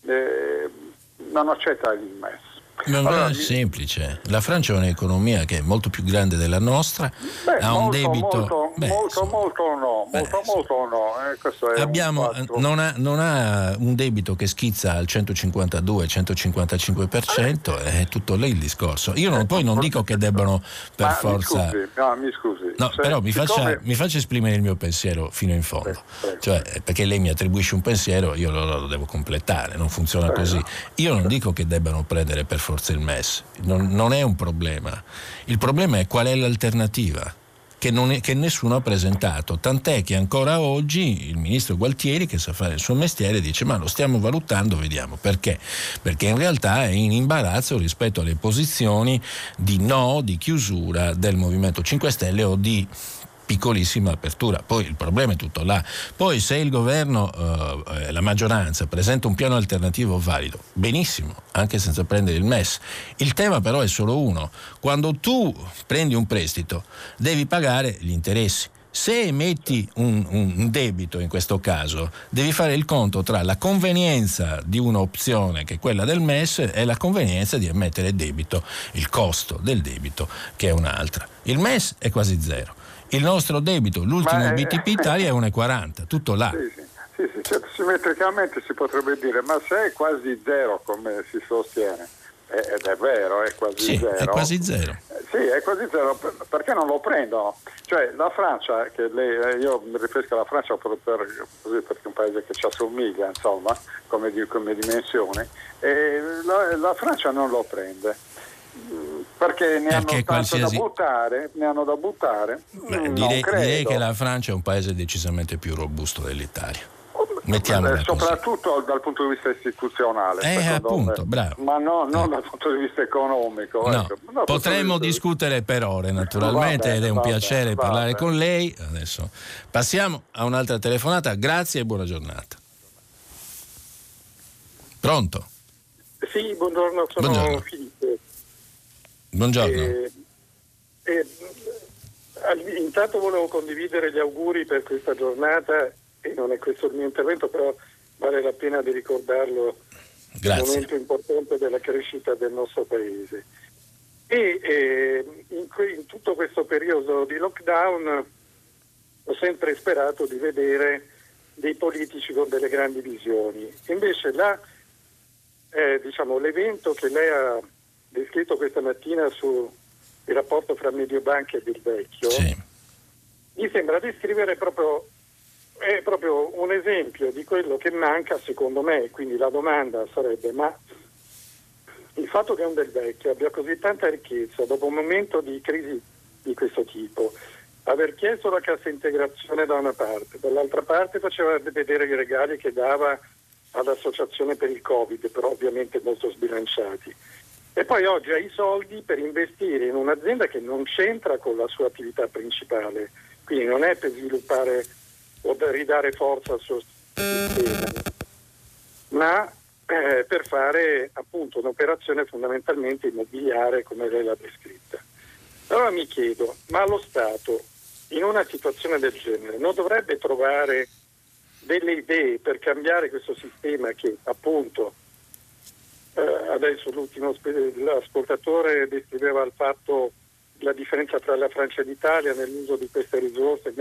non accetta il MES. Non è semplice. La Francia è un'economia che è molto più grande della nostra, ha un debito molto no. Questo è non ha un debito che schizza al 152-155%, è tutto lì il discorso. Io poi non dico che debbano per forza. Mi scusi. No, però mi faccia esprimere il mio pensiero fino in fondo. Cioè, perché lei mi attribuisce un pensiero, io lo devo completare, non funziona così. Io non dico che debbano prendere per forza il MES, non è un problema. Il problema è qual è l'alternativa che nessuno ha presentato, tant'è che ancora oggi il ministro Gualtieri, che sa fare il suo mestiere, dice ma lo stiamo valutando, vediamo. Perché in realtà è in imbarazzo rispetto alle posizioni di no, di chiusura del Movimento 5 Stelle o di piccolissima apertura. Poi il problema è tutto là. Poi se il governo, la maggioranza presenta un piano alternativo valido, benissimo, anche senza prendere il MES. Il tema però è solo uno: quando tu prendi un prestito devi pagare gli interessi. Se emetti un debito, in questo caso, devi fare il conto tra la convenienza di un'opzione, che è quella del MES, e la convenienza di emettere debito, il costo del debito, che è un'altra. Il MES è quasi zero. Il nostro debito, l'ultimo BTP Italia è 1,40, tutto là. Sì, certo, simmetricamente si potrebbe dire, ma se è quasi zero, come si sostiene, ed è vero, è quasi zero. È quasi zero. Sì, è quasi zero, perché non lo prendono? Cioè la Francia, io mi riferisco alla Francia perché è un paese che ci assomiglia, insomma, come dimensione, e la Francia non lo prende. Perché hanno tanto da buttare. Direi che la Francia è un paese decisamente più robusto dell'Italia. Soprattutto dal punto di vista istituzionale, appunto, bravo. Ma non dal punto di vista economico. No. Potremmo discutere per ore, naturalmente, ed è un piacere parlare con lei. Adesso passiamo a un'altra telefonata. Grazie e buona giornata. Pronto? Sì, buongiorno, sono Filippo. Buongiorno. Intanto volevo condividere gli auguri per questa giornata, e non è questo il mio intervento, però vale la pena di ricordarlo. Grazie. Un momento importante della crescita del nostro paese. In tutto questo periodo di lockdown ho sempre sperato di vedere dei politici con delle grandi visioni. Invece l'evento che lei ha descritto questa mattina sul rapporto fra Mediobanca e Del Vecchio, mi sembra descrivere proprio un esempio di quello che manca secondo me. Quindi la domanda sarebbe: ma il fatto che un Del Vecchio abbia così tanta ricchezza dopo un momento di crisi di questo tipo, aver chiesto la cassa integrazione da una parte, dall'altra parte faceva vedere i regali che dava all'associazione per il Covid, però ovviamente molto sbilanciati, e poi oggi ha i soldi per investire in un'azienda che non c'entra con la sua attività principale, quindi non è per sviluppare o per ridare forza al suo sistema, ma per fare appunto un'operazione fondamentalmente immobiliare come lei l'ha descritta. Allora mi chiedo, ma lo Stato in una situazione del genere non dovrebbe trovare delle idee per cambiare questo sistema che appunto adesso l'ascoltatore descriveva il fatto, la differenza tra la Francia e l'Italia nell'uso di queste risorse,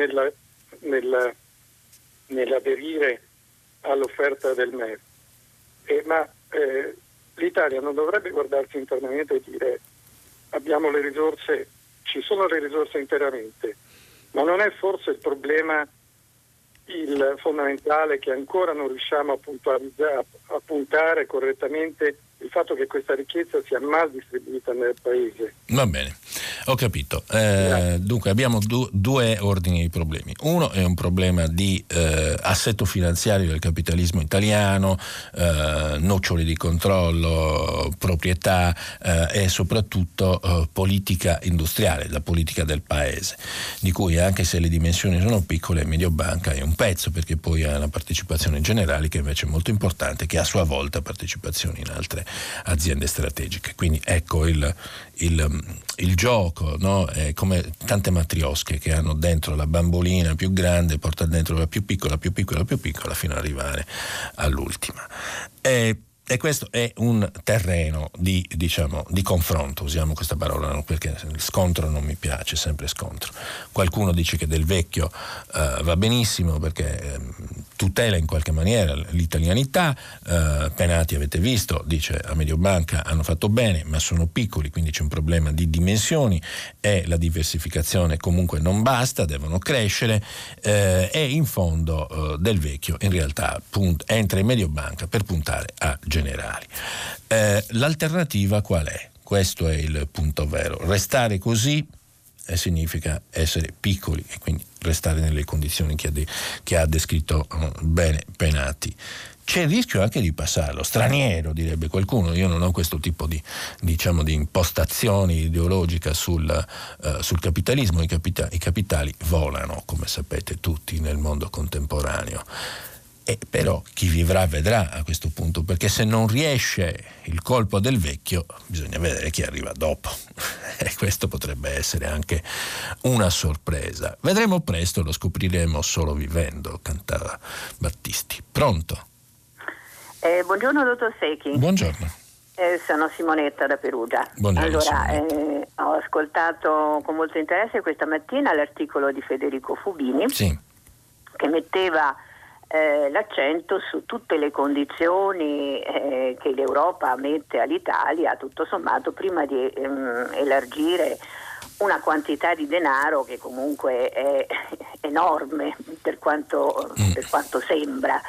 nell'aderire all'offerta del MES. Ma l'Italia non dovrebbe guardarsi internamente e dire: abbiamo le risorse, ci sono le risorse interamente, ma non è forse il problema il fondamentale che ancora non riusciamo a puntare correttamente il fatto che questa ricchezza sia mal distribuita nel paese? Va bene, ho capito. Dunque abbiamo due ordini di problemi. Uno è un problema di assetto finanziario del capitalismo italiano, noccioli di controllo, proprietà e soprattutto politica industriale, la politica del paese, di cui anche se le dimensioni sono piccole, Mediobanca è un pezzo, perché poi ha una partecipazione generale che invece è molto importante, che a sua volta partecipazioni in altre aziende strategiche. Quindi ecco il gioco, no? È come tante matriosche che hanno dentro la bambolina più grande, porta dentro la più piccola fino ad arrivare all'ultima. E questo è un terreno di confronto, usiamo questa parola, no? Perché scontro non mi piace, sempre scontro. Qualcuno dice che Del Vecchio va benissimo perché tutela in qualche maniera l'italianità. Penati, avete visto, dice a Mediobanca hanno fatto bene ma sono piccoli, quindi c'è un problema di dimensioni e la diversificazione comunque non basta, devono crescere, e in fondo Del Vecchio in realtà entra in Mediobanca per puntare a Generali. L'alternativa qual è? Questo è il punto vero. Restare così significa essere piccoli e quindi restare nelle condizioni che ha descritto bene Penati. C'è il rischio anche di passarlo straniero, direbbe qualcuno. Io non ho questo tipo di impostazione ideologica sul capitalismo. I capitali volano, come sapete tutti, nel mondo contemporaneo. E però chi vivrà vedrà a questo punto, perché se non riesce il colpo Del Vecchio bisogna vedere chi arriva dopo e questo potrebbe essere anche una sorpresa. Vedremo presto, lo scopriremo solo vivendo, cantava Battisti. Pronto? Buongiorno dottor Secchi. Buongiorno. Sono Simonetta da Perugia. Buongiorno, allora, ho ascoltato con molto interesse questa mattina l'articolo di Federico Fubini, sì, che metteva l'accento su tutte le condizioni che l'Europa mette all'Italia, tutto sommato, prima di elargire una quantità di denaro che comunque è enorme per quanto sembra.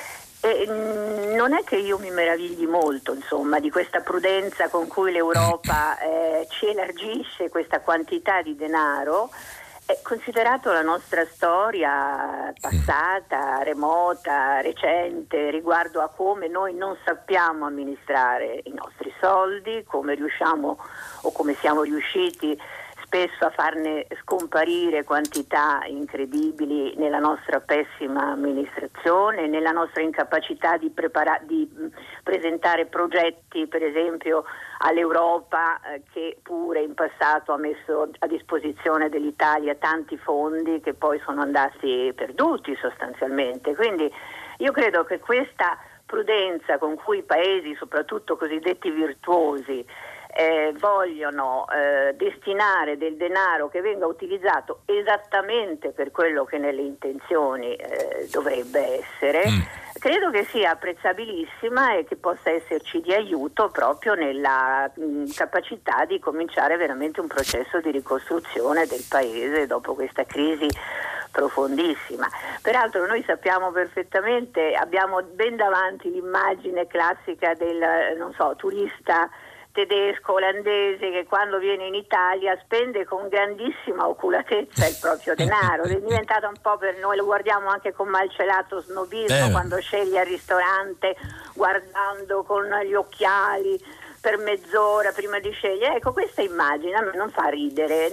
Non è che io mi meravigli molto, insomma, di questa prudenza con cui l'Europa ci elargisce questa quantità di denaro. Considerato la nostra storia passata, remota, recente, riguardo a come noi non sappiamo amministrare i nostri soldi, come riusciamo o come siamo riusciti spesso a farne scomparire quantità incredibili nella nostra pessima amministrazione, nella nostra incapacità di presentare progetti, per esempio all'Europa, che pure in passato ha messo a disposizione dell'Italia tanti fondi che poi sono andati perduti sostanzialmente. Quindi io credo che questa prudenza con cui i paesi, soprattutto cosiddetti virtuosi, vogliono destinare del denaro che venga utilizzato esattamente per quello che nelle intenzioni dovrebbe essere, credo che sia apprezzabilissima e che possa esserci di aiuto proprio nella capacità di cominciare veramente un processo di ricostruzione del paese dopo questa crisi profondissima. Peraltro noi sappiamo perfettamente, abbiamo ben davanti l'immagine classica del, turista tedesco, olandese, che quando viene in Italia spende con grandissima oculatezza il proprio denaro. È diventato un po' per noi, lo guardiamo anche con malcelato snobismo quando sceglie al ristorante guardando con gli occhiali per mezz'ora prima di scegliere. Ecco, questa immagine a me non fa ridere,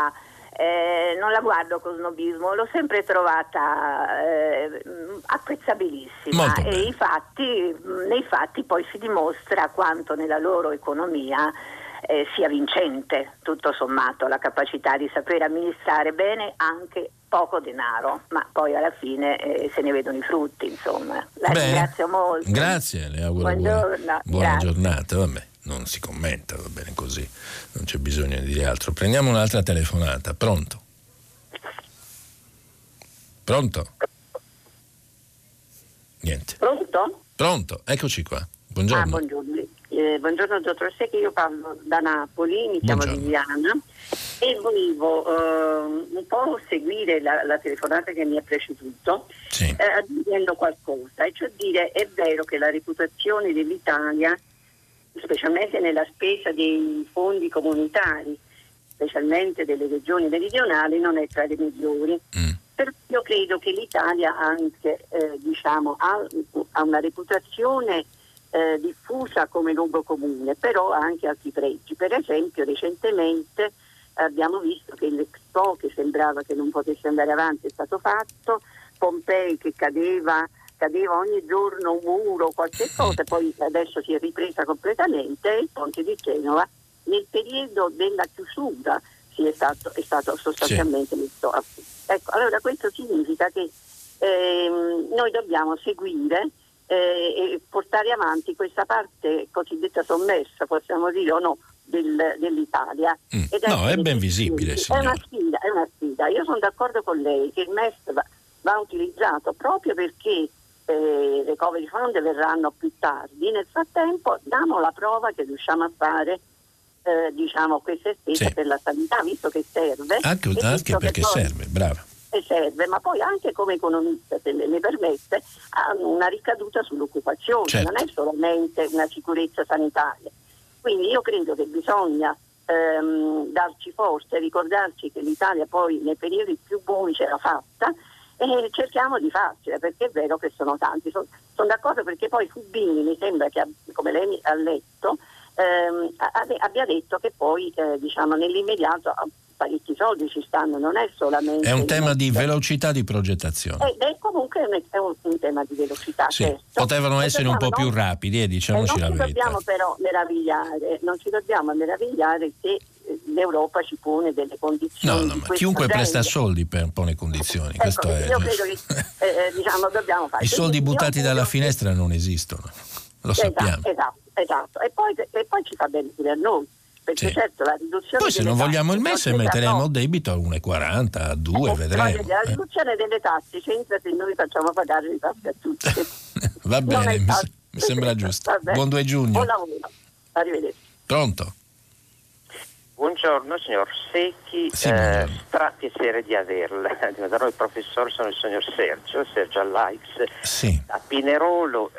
non la guardo con snobismo, l'ho sempre trovata apprezzabilissima e nei fatti poi si dimostra quanto nella loro economia sia vincente, tutto sommato, la capacità di saper amministrare bene anche poco denaro, ma poi alla fine se ne vedono i frutti, insomma. La ringrazio molto. Grazie, le auguro buona giornata. Vabbè, non si commenta, va bene così, non c'è bisogno di dire altro. Prendiamo un'altra telefonata. Pronto? Niente. Pronto, eccoci qua. Buongiorno. Buongiorno dottor Secchi, io parlo da Napoli, mi chiamo Viviana e volevo un po' seguire la telefonata che mi ha preceduto, aggiungendo qualcosa, e cioè dire: è vero che la reputazione dell'Italia, specialmente nella spesa dei fondi comunitari, specialmente delle regioni meridionali, non è tra le migliori. Però io credo che l'Italia anche ha una reputazione diffusa come luogo comune, però ha anche altri pregi. Per esempio, recentemente abbiamo visto che l'Expo, che sembrava che non potesse andare avanti, è stato fatto, Pompei che cadeva ogni giorno un muro, qualche cosa, poi adesso si è ripresa completamente, e il ponte di Genova nel periodo della chiusura è stato sostanzialmente messo a. Ecco, allora questo significa che noi dobbiamo seguire e portare avanti questa parte cosiddetta sommersa, possiamo dire o no, dell'Italia. No, è ben visibile, signora. È una sfida. Io sono d'accordo con lei che il MES va utilizzato proprio perché i recovery fund verranno più tardi. Nel frattempo diamo la prova che riusciamo a fare queste spese per la sanità, visto che serve. Anche perché serve, brava. Serve, ma poi anche come economista, se mi permette, ha una ricaduta sull'occupazione, certo. Non è solamente una sicurezza sanitaria. Quindi io credo che bisogna darci forza e ricordarci che l'Italia poi nei periodi più bui ce l'ha fatta e cerchiamo di farcela, perché è vero che sono tanti. Sono d'accordo, perché poi Fubini mi sembra che, come lei ha letto, abbia detto che poi nell'immediato parecchi soldi ci stanno, non è solamente... È un tema di velocità di progettazione. Comunque è un tema di velocità, sì. Certo. Potevano essere un po' più rapidi, diciamoci la verità. Non ci dobbiamo meravigliare se l'Europa ci pone delle condizioni. No, ma chiunque presta soldi pone condizioni. Questo io credo che dobbiamo fare. I soldi buttati dalla finestra non esistono, lo sappiamo. Esatto. E poi ci fa bene pure a noi. Perché certo la riduzione poi se non vogliamo il MES metteremo il debito a 1,40, a 2, vedremo. La riduzione delle tasse c'entra se noi facciamo pagare le tasse a tutti. Va bene, mi sembra giusto. Buon 2 giugno. Buon lavoro, arrivederci. Pronto? Buongiorno signor Secchi, piacere di averla. Il professore sono il signor Sergio Allaix. Sì. A Pinerolo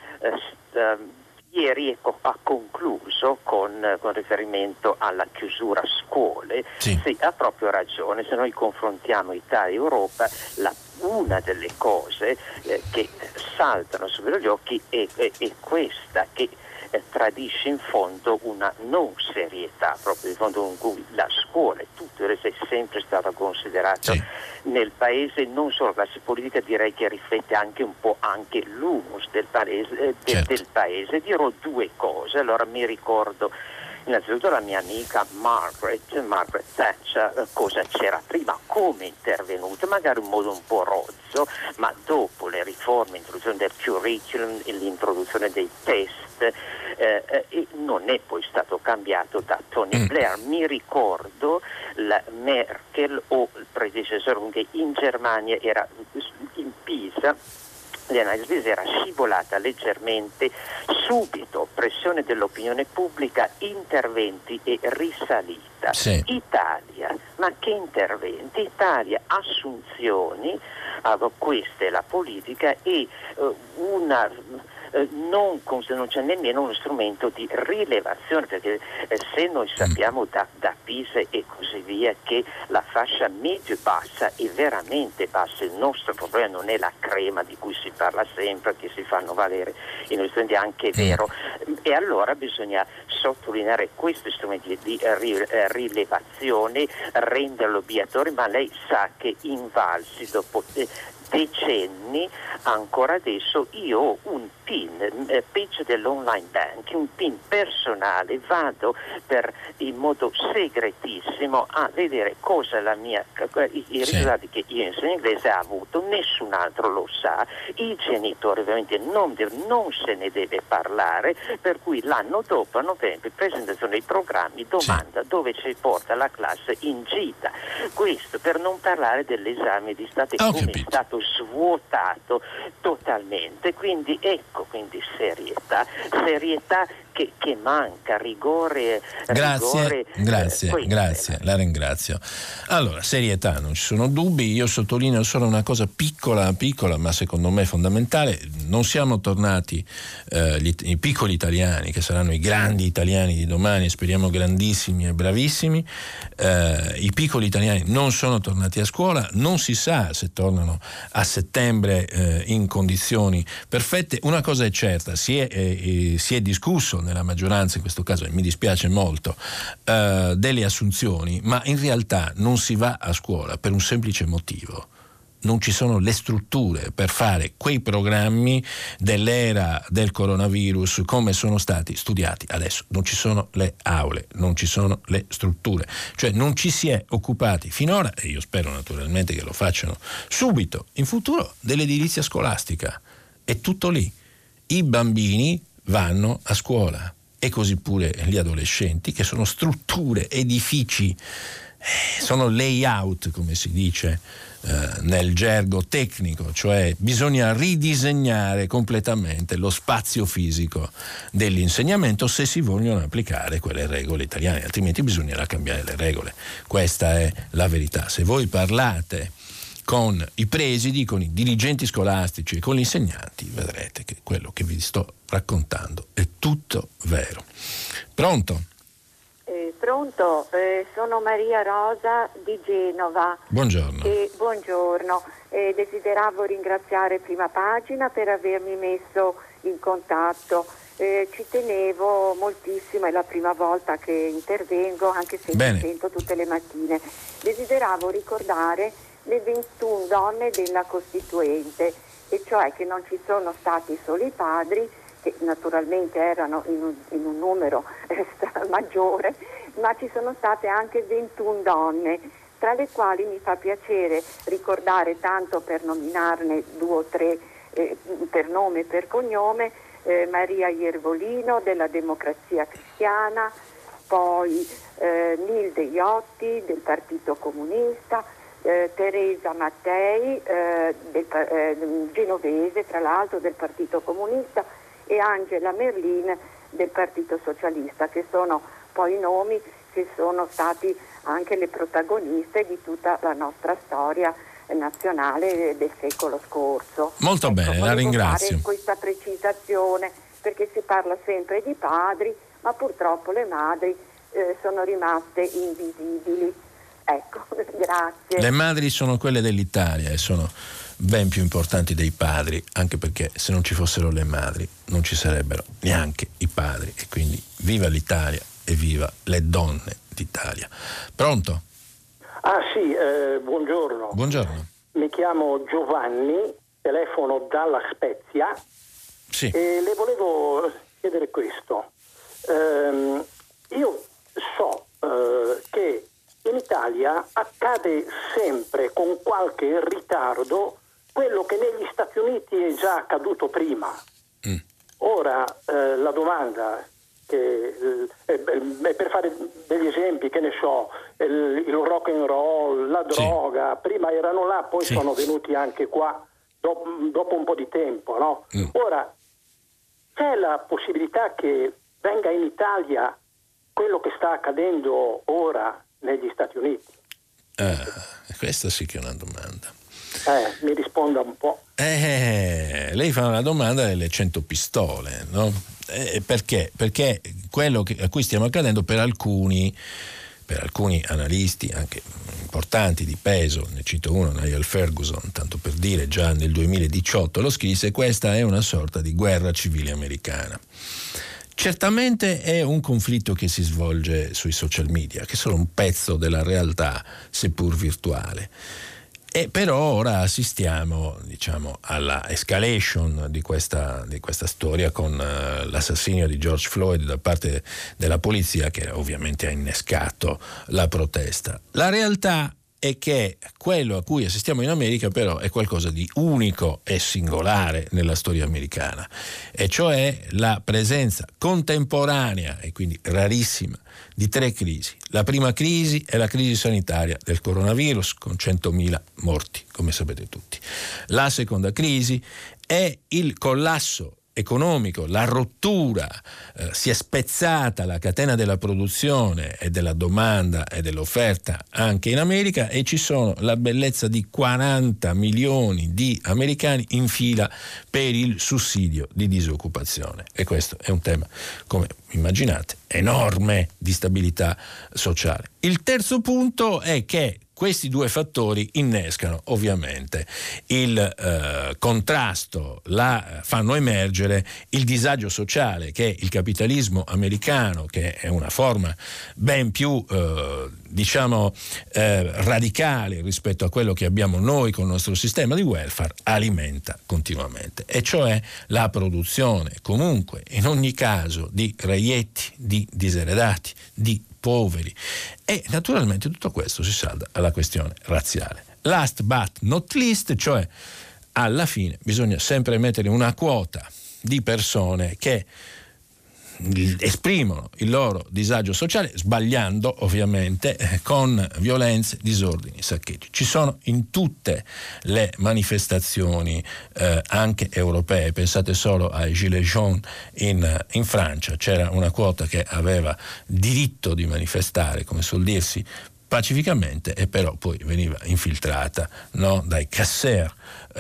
ieri ha concluso con riferimento alla chiusura scuole. Sì, ha proprio ragione. Se noi confrontiamo Italia e Europa, una delle cose che saltano subito agli occhi è questa, che tradisce in fondo una non serietà, proprio in fondo in cui la scuola e tutto il resto è sempre stato considerato nel paese, non solo la classe politica, direi che riflette anche un po' anche l'humus del paese, del paese. Dirò due cose. Allora mi ricordo innanzitutto la mia amica Margaret Thatcher, cosa c'era prima, come è intervenuta, magari in modo un po' rozzo, ma dopo le riforme, l'introduzione del curriculum e l'introduzione dei test, non è poi stato cambiato da Tony Blair. Mi ricordo la Merkel o il predecessore che in Germania era in Pisa, l'analisi era scivolata leggermente, subito pressione dell'opinione pubblica, interventi e risalita. Italia, ma che interventi? Italia, assunzioni, questa è la politica, e non c'è nemmeno uno strumento di rilevazione, perché se noi sappiamo da Pisa e così via che la fascia medio-bassa è veramente bassa, il nostro problema non è la crema di cui si parla sempre, che si fanno valere i nostri studenti, anche è vero, e allora bisogna sottolineare questi strumenti di rilevazione, renderlo obbligatorio, ma lei sa che invalsi dopo decenni, ancora adesso io ho un PIN, pitch dell'online bank, un PIN personale, vado in modo segretissimo a vedere cosa i risultati che io insegno inglese ha avuto, nessun altro lo sa, i genitori ovviamente non se ne deve parlare, per cui l'anno dopo, a novembre, presentazione dei programmi, domanda dove ci porta la classe in gita. Questo per non parlare dell'esame di Stato e come è stato svuotato totalmente. Quindi serietà che manca, rigore. Grazie, la ringrazio. Allora, serietà, non ci sono dubbi. Io sottolineo solo una cosa piccola, ma secondo me fondamentale. Non siamo tornati i piccoli italiani, che saranno i grandi italiani di domani, speriamo grandissimi e bravissimi. I piccoli italiani non sono tornati a scuola, non si sa se tornano a settembre in condizioni perfette. Una cosa è certa, si è discusso nella maggioranza, in questo caso, e mi dispiace molto, delle assunzioni, ma in realtà non si va a scuola per un semplice motivo: non ci sono le strutture per fare quei programmi dell'era del coronavirus come sono stati studiati adesso. Non ci sono le aule, non ci sono le strutture, cioè non ci si è occupati finora, e io spero naturalmente che lo facciano subito in futuro, dell'edilizia scolastica. È tutto lì. i bambini vanno a scuola e così pure gli adolescenti, che sono strutture, edifici, sono layout, come si dice nel gergo tecnico, cioè bisogna ridisegnare completamente lo spazio fisico dell'insegnamento se si vogliono applicare quelle regole italiane, altrimenti bisognerà cambiare le regole. Questa è la verità. Se voi parlate con i presidi, con i dirigenti scolastici e con gli insegnanti, vedrete che quello che vi sto raccontando è tutto vero. Pronto? Pronto, sono Maria Rosa di Genova. Buongiorno. Buongiorno. Desideravo ringraziare Prima Pagina per avermi messo in contatto. Ci tenevo moltissimo, è la prima volta che intervengo, anche se mi sento tutte le mattine. Desideravo ricordare le 21 donne della Costituente, e cioè che non ci sono stati solo i padri, che naturalmente erano in un numero maggiore, ma ci sono state anche 21 donne, tra le quali mi fa piacere ricordare, tanto per nominarne 2 o 3 per nome e per cognome, Maria Iervolino della Democrazia Cristiana, poi Nilde Iotti del Partito Comunista, Teresa Mattei genovese tra l'altro del Partito Comunista, e Angela Merlin del Partito Socialista, che sono poi nomi che sono stati anche le protagoniste di tutta la nostra storia nazionale del secolo scorso. Molto bene, la ringrazio. Fare questa precisazione, perché si parla sempre di padri, ma purtroppo le madri sono rimaste invisibili. Ecco, grazie. Le madri sono quelle dell'Italia e sono ben più importanti dei padri, anche perché se non ci fossero le madri non ci sarebbero neanche i padri, e quindi viva l'Italia e viva le donne d'Italia. Pronto? Sì, buongiorno. Buongiorno. Mi chiamo Giovanni, telefono dalla Spezia. Sì. E le volevo chiedere questo. Io so che in Italia accade sempre con qualche ritardo quello che negli Stati Uniti è già accaduto prima. Ora la domanda che è per fare degli esempi, che ne so, il rock and roll, la droga, prima erano là, poi sono venuti anche qua dopo un po' di tempo, no? Ora c'è la possibilità che venga in Italia quello che sta accadendo ora negli Stati Uniti? Questa sì che è una domanda. Mi risponda un po'. Lei fa una domanda delle 100 pistole, no? Perché? Perché quello a cui stiamo accadendo per alcuni analisti anche importanti di peso, ne cito uno, Niall Ferguson, tanto per dire, già nel 2018 lo scrisse: questa è una sorta di guerra civile americana. Certamente è un conflitto che si svolge sui social media, che sono un pezzo della realtà, seppur virtuale. E però ora assistiamo, alla escalation di questa storia, con l'assassinio di George Floyd da parte della polizia, che ovviamente ha innescato la protesta. La realtà è che quello a cui assistiamo in America però è qualcosa di unico e singolare nella storia americana, e cioè la presenza contemporanea e quindi rarissima di 3 crisi. La prima crisi è la crisi sanitaria del coronavirus, con 100.000 morti, come sapete tutti. La seconda crisi è il collasso economico, la rottura, si è spezzata la catena della produzione e della domanda e dell'offerta anche in America, e ci sono la bellezza di 40 milioni di americani in fila per il sussidio di disoccupazione, e questo è un tema, come immaginate, enorme di stabilità sociale. Il terzo punto è che questi 2 fattori innescano ovviamente il contrasto, fanno emergere il disagio sociale che il capitalismo americano, che è una forma ben più radicale rispetto a quello che abbiamo noi con il nostro sistema di welfare, alimenta continuamente, e cioè la produzione comunque in ogni caso di reietti, di diseredati, di poveri, e naturalmente tutto questo si salda alla questione razziale. Last but not least, cioè alla fine bisogna sempre mettere una quota di persone che esprimono il loro disagio sociale, sbagliando ovviamente, con violenze, disordini, saccheggi. Ci sono in tutte le manifestazioni anche europee. Pensate solo ai Gilets jaunes in Francia, c'era una quota che aveva diritto di manifestare, come suol dirsi, pacificamente, e però poi veniva infiltrata, no, dai cassier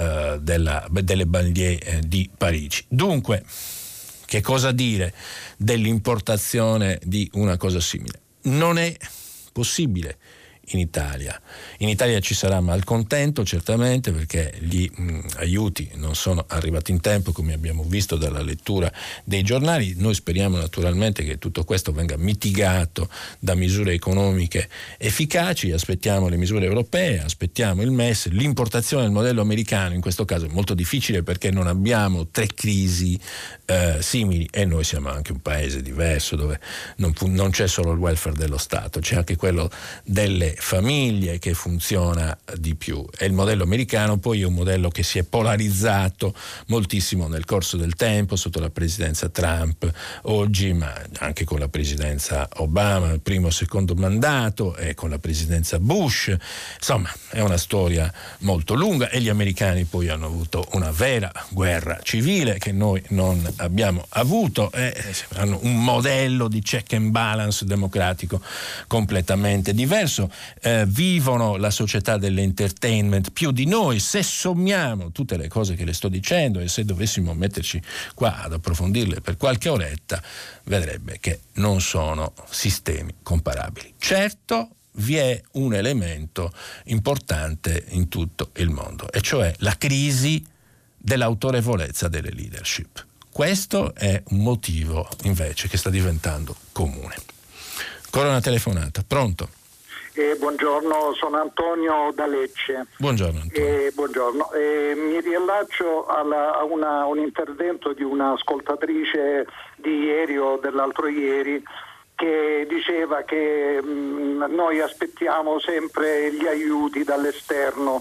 delle banlieue di Parigi. Dunque, che cosa dire dell'importazione di una cosa simile? Non è possibile in Italia. In Italia ci sarà malcontento, certamente, perché gli aiuti non sono arrivati in tempo, come abbiamo visto dalla lettura dei giornali. Noi speriamo naturalmente che tutto questo venga mitigato da misure economiche efficaci. Aspettiamo le misure europee, aspettiamo il MES. L'importazione del modello americano in questo caso è molto difficile, perché non abbiamo 3 crisi simili, e noi siamo anche un paese diverso, dove non c'è solo il welfare dello Stato, c'è anche quello delle famiglie che funziona di più, e il modello americano poi è un modello che si è polarizzato moltissimo nel corso del tempo, sotto la presidenza Trump oggi, ma anche con la presidenza Obama, il primo e secondo mandato, e con la presidenza Bush. Insomma, è una storia molto lunga, e gli americani poi hanno avuto una vera guerra civile che noi non abbiamo avuto, e hanno un modello di check and balance democratico completamente diverso. Vivono la società dell'entertainment più di noi. Se sommiamo tutte le cose che le sto dicendo, e se dovessimo metterci qua ad approfondirle per qualche oretta, vedrebbe che non sono sistemi comparabili. Certo, vi è un elemento importante in tutto il mondo, e cioè la crisi dell'autorevolezza delle leadership. Questo è un motivo invece che sta diventando comune. Ancora una telefonata. Pronto? Buongiorno, sono Antonio da Lecce. Buongiorno Antonio. Buongiorno. Mi riallaccio a un intervento di un'ascoltatrice di ieri o dell'altro ieri, che diceva che noi aspettiamo sempre gli aiuti dall'esterno,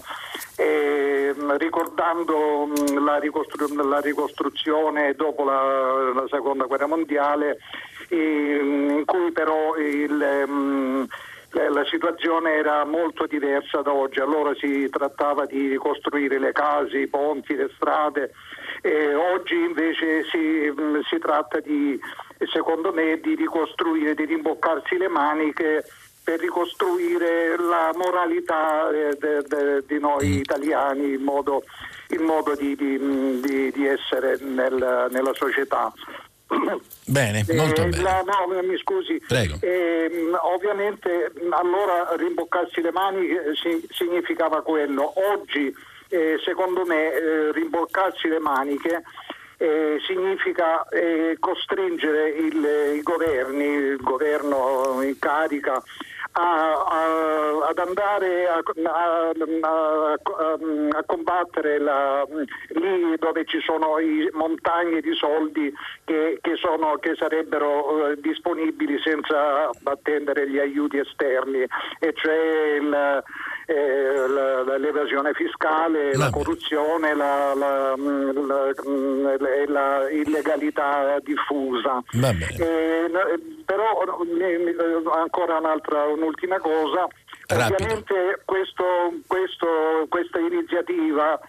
ricordando la ricostruzione dopo la seconda guerra mondiale, in cui però la situazione era molto diversa da oggi. Allora si trattava di ricostruire le case, i ponti, le strade, e oggi invece si tratta secondo me di ricostruire, di rimboccarsi le maniche per ricostruire la moralità di noi italiani, il modo di essere nella società. Bene, molto bene. No, mi scusi. Prego. Ovviamente allora rimboccarsi le maniche significava quello. Oggi secondo me rimboccarsi le maniche significa costringere i governi, il governo in carica, ad andare a combattere lì dove ci sono montagne di soldi che sarebbero disponibili senza attendere gli aiuti esterni, e cioè l'evasione fiscale, la corruzione, la illegalità diffusa. Però ancora un'ultima cosa. Rapido. Ovviamente questa iniziativa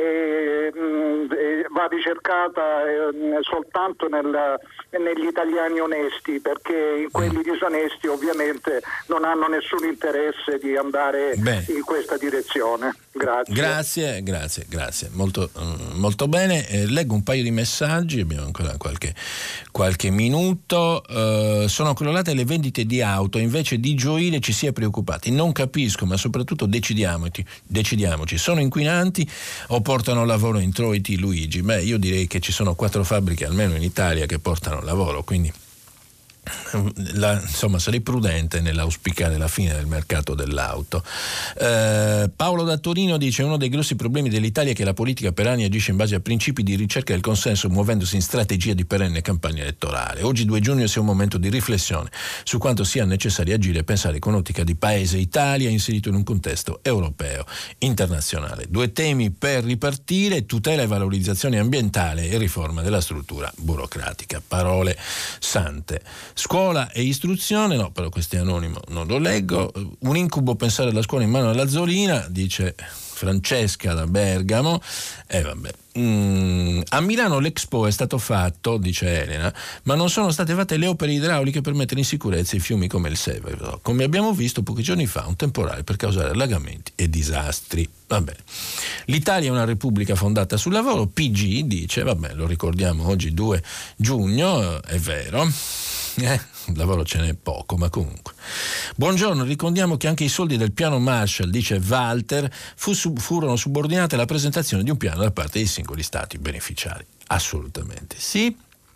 va ricercata soltanto negli italiani onesti, perché quelli disonesti ovviamente non hanno nessun interesse di andare in questa direzione. Grazie. Grazie. Molto bene. Leggo un paio di messaggi, abbiamo ancora qualche minuto. Sono crollate le vendite di auto, invece di gioire ci si è preoccupati. Non capisco, ma soprattutto decidiamoci. Sono inquinanti o portano lavoro, introiti, Luigi? Io direi che ci sono 4 fabbriche almeno in Italia che portano lavoro, quindi insomma, sarei prudente nell'auspicare la fine del mercato dell'auto. Paolo da Torino dice: uno dei grossi problemi dell'Italia è che la politica per anni agisce in base a principi di ricerca del consenso, muovendosi in strategia di perenne campagna elettorale. Oggi 2 giugno sia un momento di riflessione su quanto sia necessario agire e pensare con ottica di paese Italia inserito in un contesto europeo internazionale. 2 temi per ripartire: tutela e valorizzazione ambientale e riforma della struttura burocratica. Parole sante. Scuola e istruzione, no, però questo è anonimo, non lo leggo. Un incubo pensare alla scuola in mano alla Zolina, dice Francesca da Bergamo. Vabbè. A Milano l'Expo è stato fatto, dice Elena, ma non sono state fatte le opere idrauliche per mettere in sicurezza i fiumi come il Severo. Come abbiamo visto pochi giorni fa, un temporale per causare allagamenti e disastri. Va bene. L'Italia è una repubblica fondata sul lavoro. PG dice, vabbè, lo ricordiamo oggi 2 giugno, è vero. Il lavoro ce n'è poco, ma comunque. Buongiorno, ricordiamo che anche i soldi del piano Marshall, dice Walter, furono subordinati alla presentazione di un piano da parte dei singoli stati beneficiari. Assolutamente sì.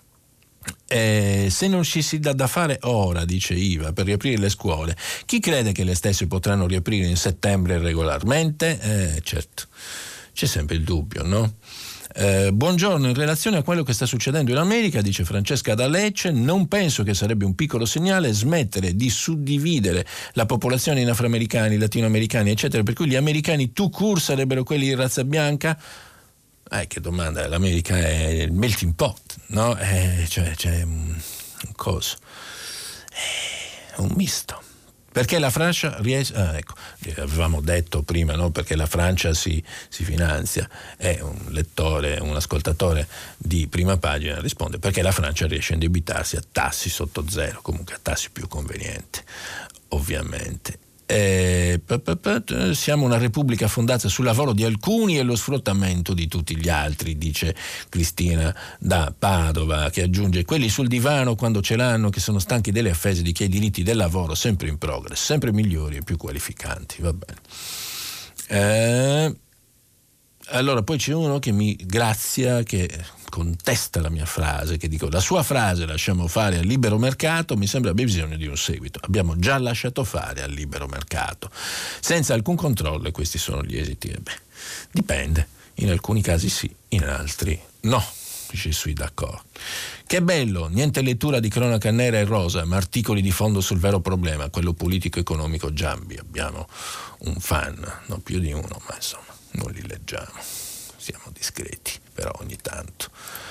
Se non ci si dà da fare ora, dice Iva, per riaprire le scuole, chi crede che le stesse potranno riaprire in settembre regolarmente? Certo, c'è sempre il dubbio, no? Buongiorno, in relazione a quello che sta succedendo in America, dice Francesca da Lecce, non penso che sarebbe un piccolo segnale smettere di suddividere la popolazione in afroamericani, latinoamericani, eccetera, per cui gli americani tout court sarebbero quelli di razza bianca? Che domanda, l'America è il melting pot, no? Cioè c'è un coso, un misto. Perché la Francia riesce, ecco, avevamo detto prima, no? Perché la Francia si finanzia, è un lettore, un ascoltatore di Prima Pagina risponde, perché la Francia riesce a indebitarsi a tassi sotto zero, comunque a tassi più convenienti, ovviamente. Siamo una repubblica fondata sul lavoro di alcuni e lo sfruttamento di tutti gli altri, dice Cristina da Padova, che aggiunge: quelli sul divano quando ce l'hanno, che sono stanchi delle offese di chi ha i diritti del lavoro sempre in progress, sempre migliori e più qualificanti. Va bene. Allora poi c'è uno che mi grazia, che contesta la mia frase, che dico: la sua frase lasciamo fare al libero mercato mi sembra abbia bisogno di un seguito. Abbiamo già lasciato fare al libero mercato senza alcun controllo e questi sono gli esiti. Dipende, in alcuni casi sì, in altri no. Je suis d'accord. Che bello, niente lettura di cronaca nera e rosa, ma articoli di fondo sul vero problema, quello politico-economico Giambi. Abbiamo un fan, non più di uno, ma insomma non li leggiamo, siamo discreti, però ogni tanto.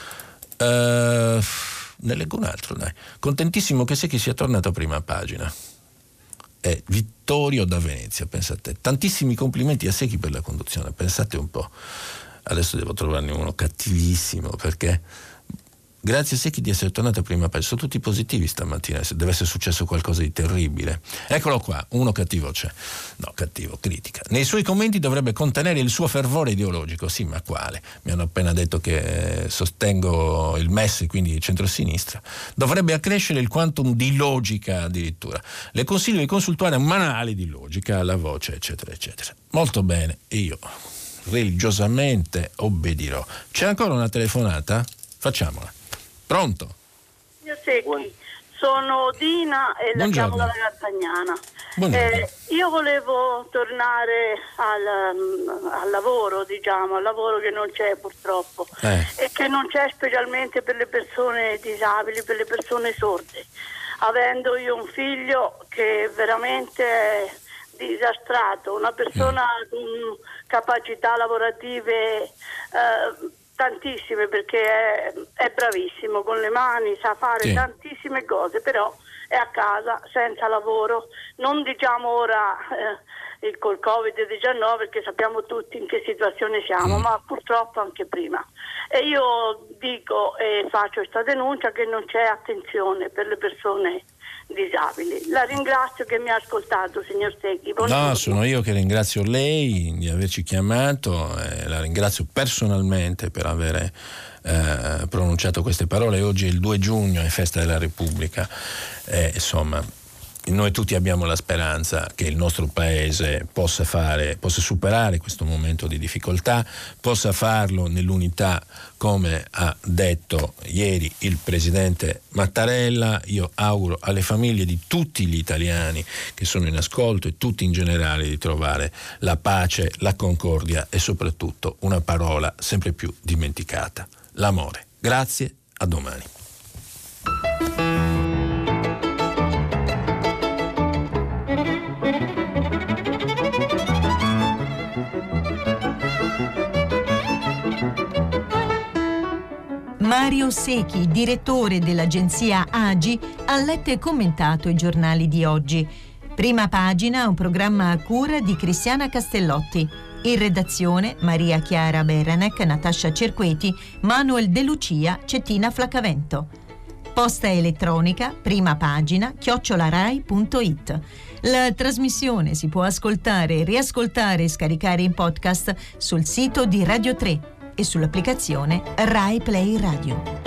Ne leggo un altro, dai. Contentissimo che Secchi sia tornato a Prima Pagina. È Vittorio da Venezia, pensate. Tantissimi complimenti a Secchi per la conduzione, pensate un po'. Adesso devo trovarne uno cattivissimo, perché grazie a Secchi di essere tornato a Prima Pagina. Sono tutti positivi stamattina, deve essere successo qualcosa di terribile. Eccolo qua, uno cattivo c'è. No, cattivo, critica. Nei suoi commenti dovrebbe contenere il suo fervore ideologico. Sì, ma quale? Mi hanno appena detto che sostengo il MES, quindi centrosinistra. Dovrebbe accrescere il quantum di logica addirittura. Le consiglio di consultare un manuale di logica alla voce, eccetera, eccetera. Molto bene, io religiosamente obbedirò. C'è ancora una telefonata? Facciamola. Pronto? Io Secchi, sono Dina e la chiamo dalla Gartagnana. Io volevo tornare al lavoro, diciamo, al lavoro che non c'è purtroppo e che non c'è specialmente per le persone disabili, per le persone sorde. Avendo io un figlio che è veramente disastrato, una persona con capacità lavorative tantissime, perché è bravissimo con le mani, sa fare tantissime cose, però è a casa senza lavoro, non diciamo ora col Covid-19, perché sappiamo tutti in che situazione siamo, ma purtroppo anche prima. E io dico e faccio questa denuncia che non c'è attenzione per le persone disabili. La ringrazio che mi ha ascoltato, signor Secchi. No, sono io che ringrazio lei di averci chiamato, la ringrazio personalmente per aver pronunciato queste parole. Oggi è il 2 giugno, è festa della Repubblica, insomma noi tutti abbiamo la speranza che il nostro paese possa superare questo momento di difficoltà, possa farlo nell'unità, come ha detto ieri il presidente Mattarella. Io auguro alle famiglie di tutti gli italiani che sono in ascolto e tutti in generale di trovare la pace, la concordia e soprattutto una parola sempre più dimenticata: l'amore. Grazie, a domani. Mario Secchi, direttore dell'agenzia AGI, ha letto e commentato i giornali di oggi. Prima pagina, un programma a cura di Cristiana Castellotti. In redazione Maria Chiara Beranec, Natascia Cerqueti, Manuel De Lucia, Cettina Flacavento. Posta elettronica, prima pagina, @rai.it. La trasmissione si può ascoltare, riascoltare e scaricare in podcast sul sito di Radio 3 e sull'applicazione Rai Play Radio.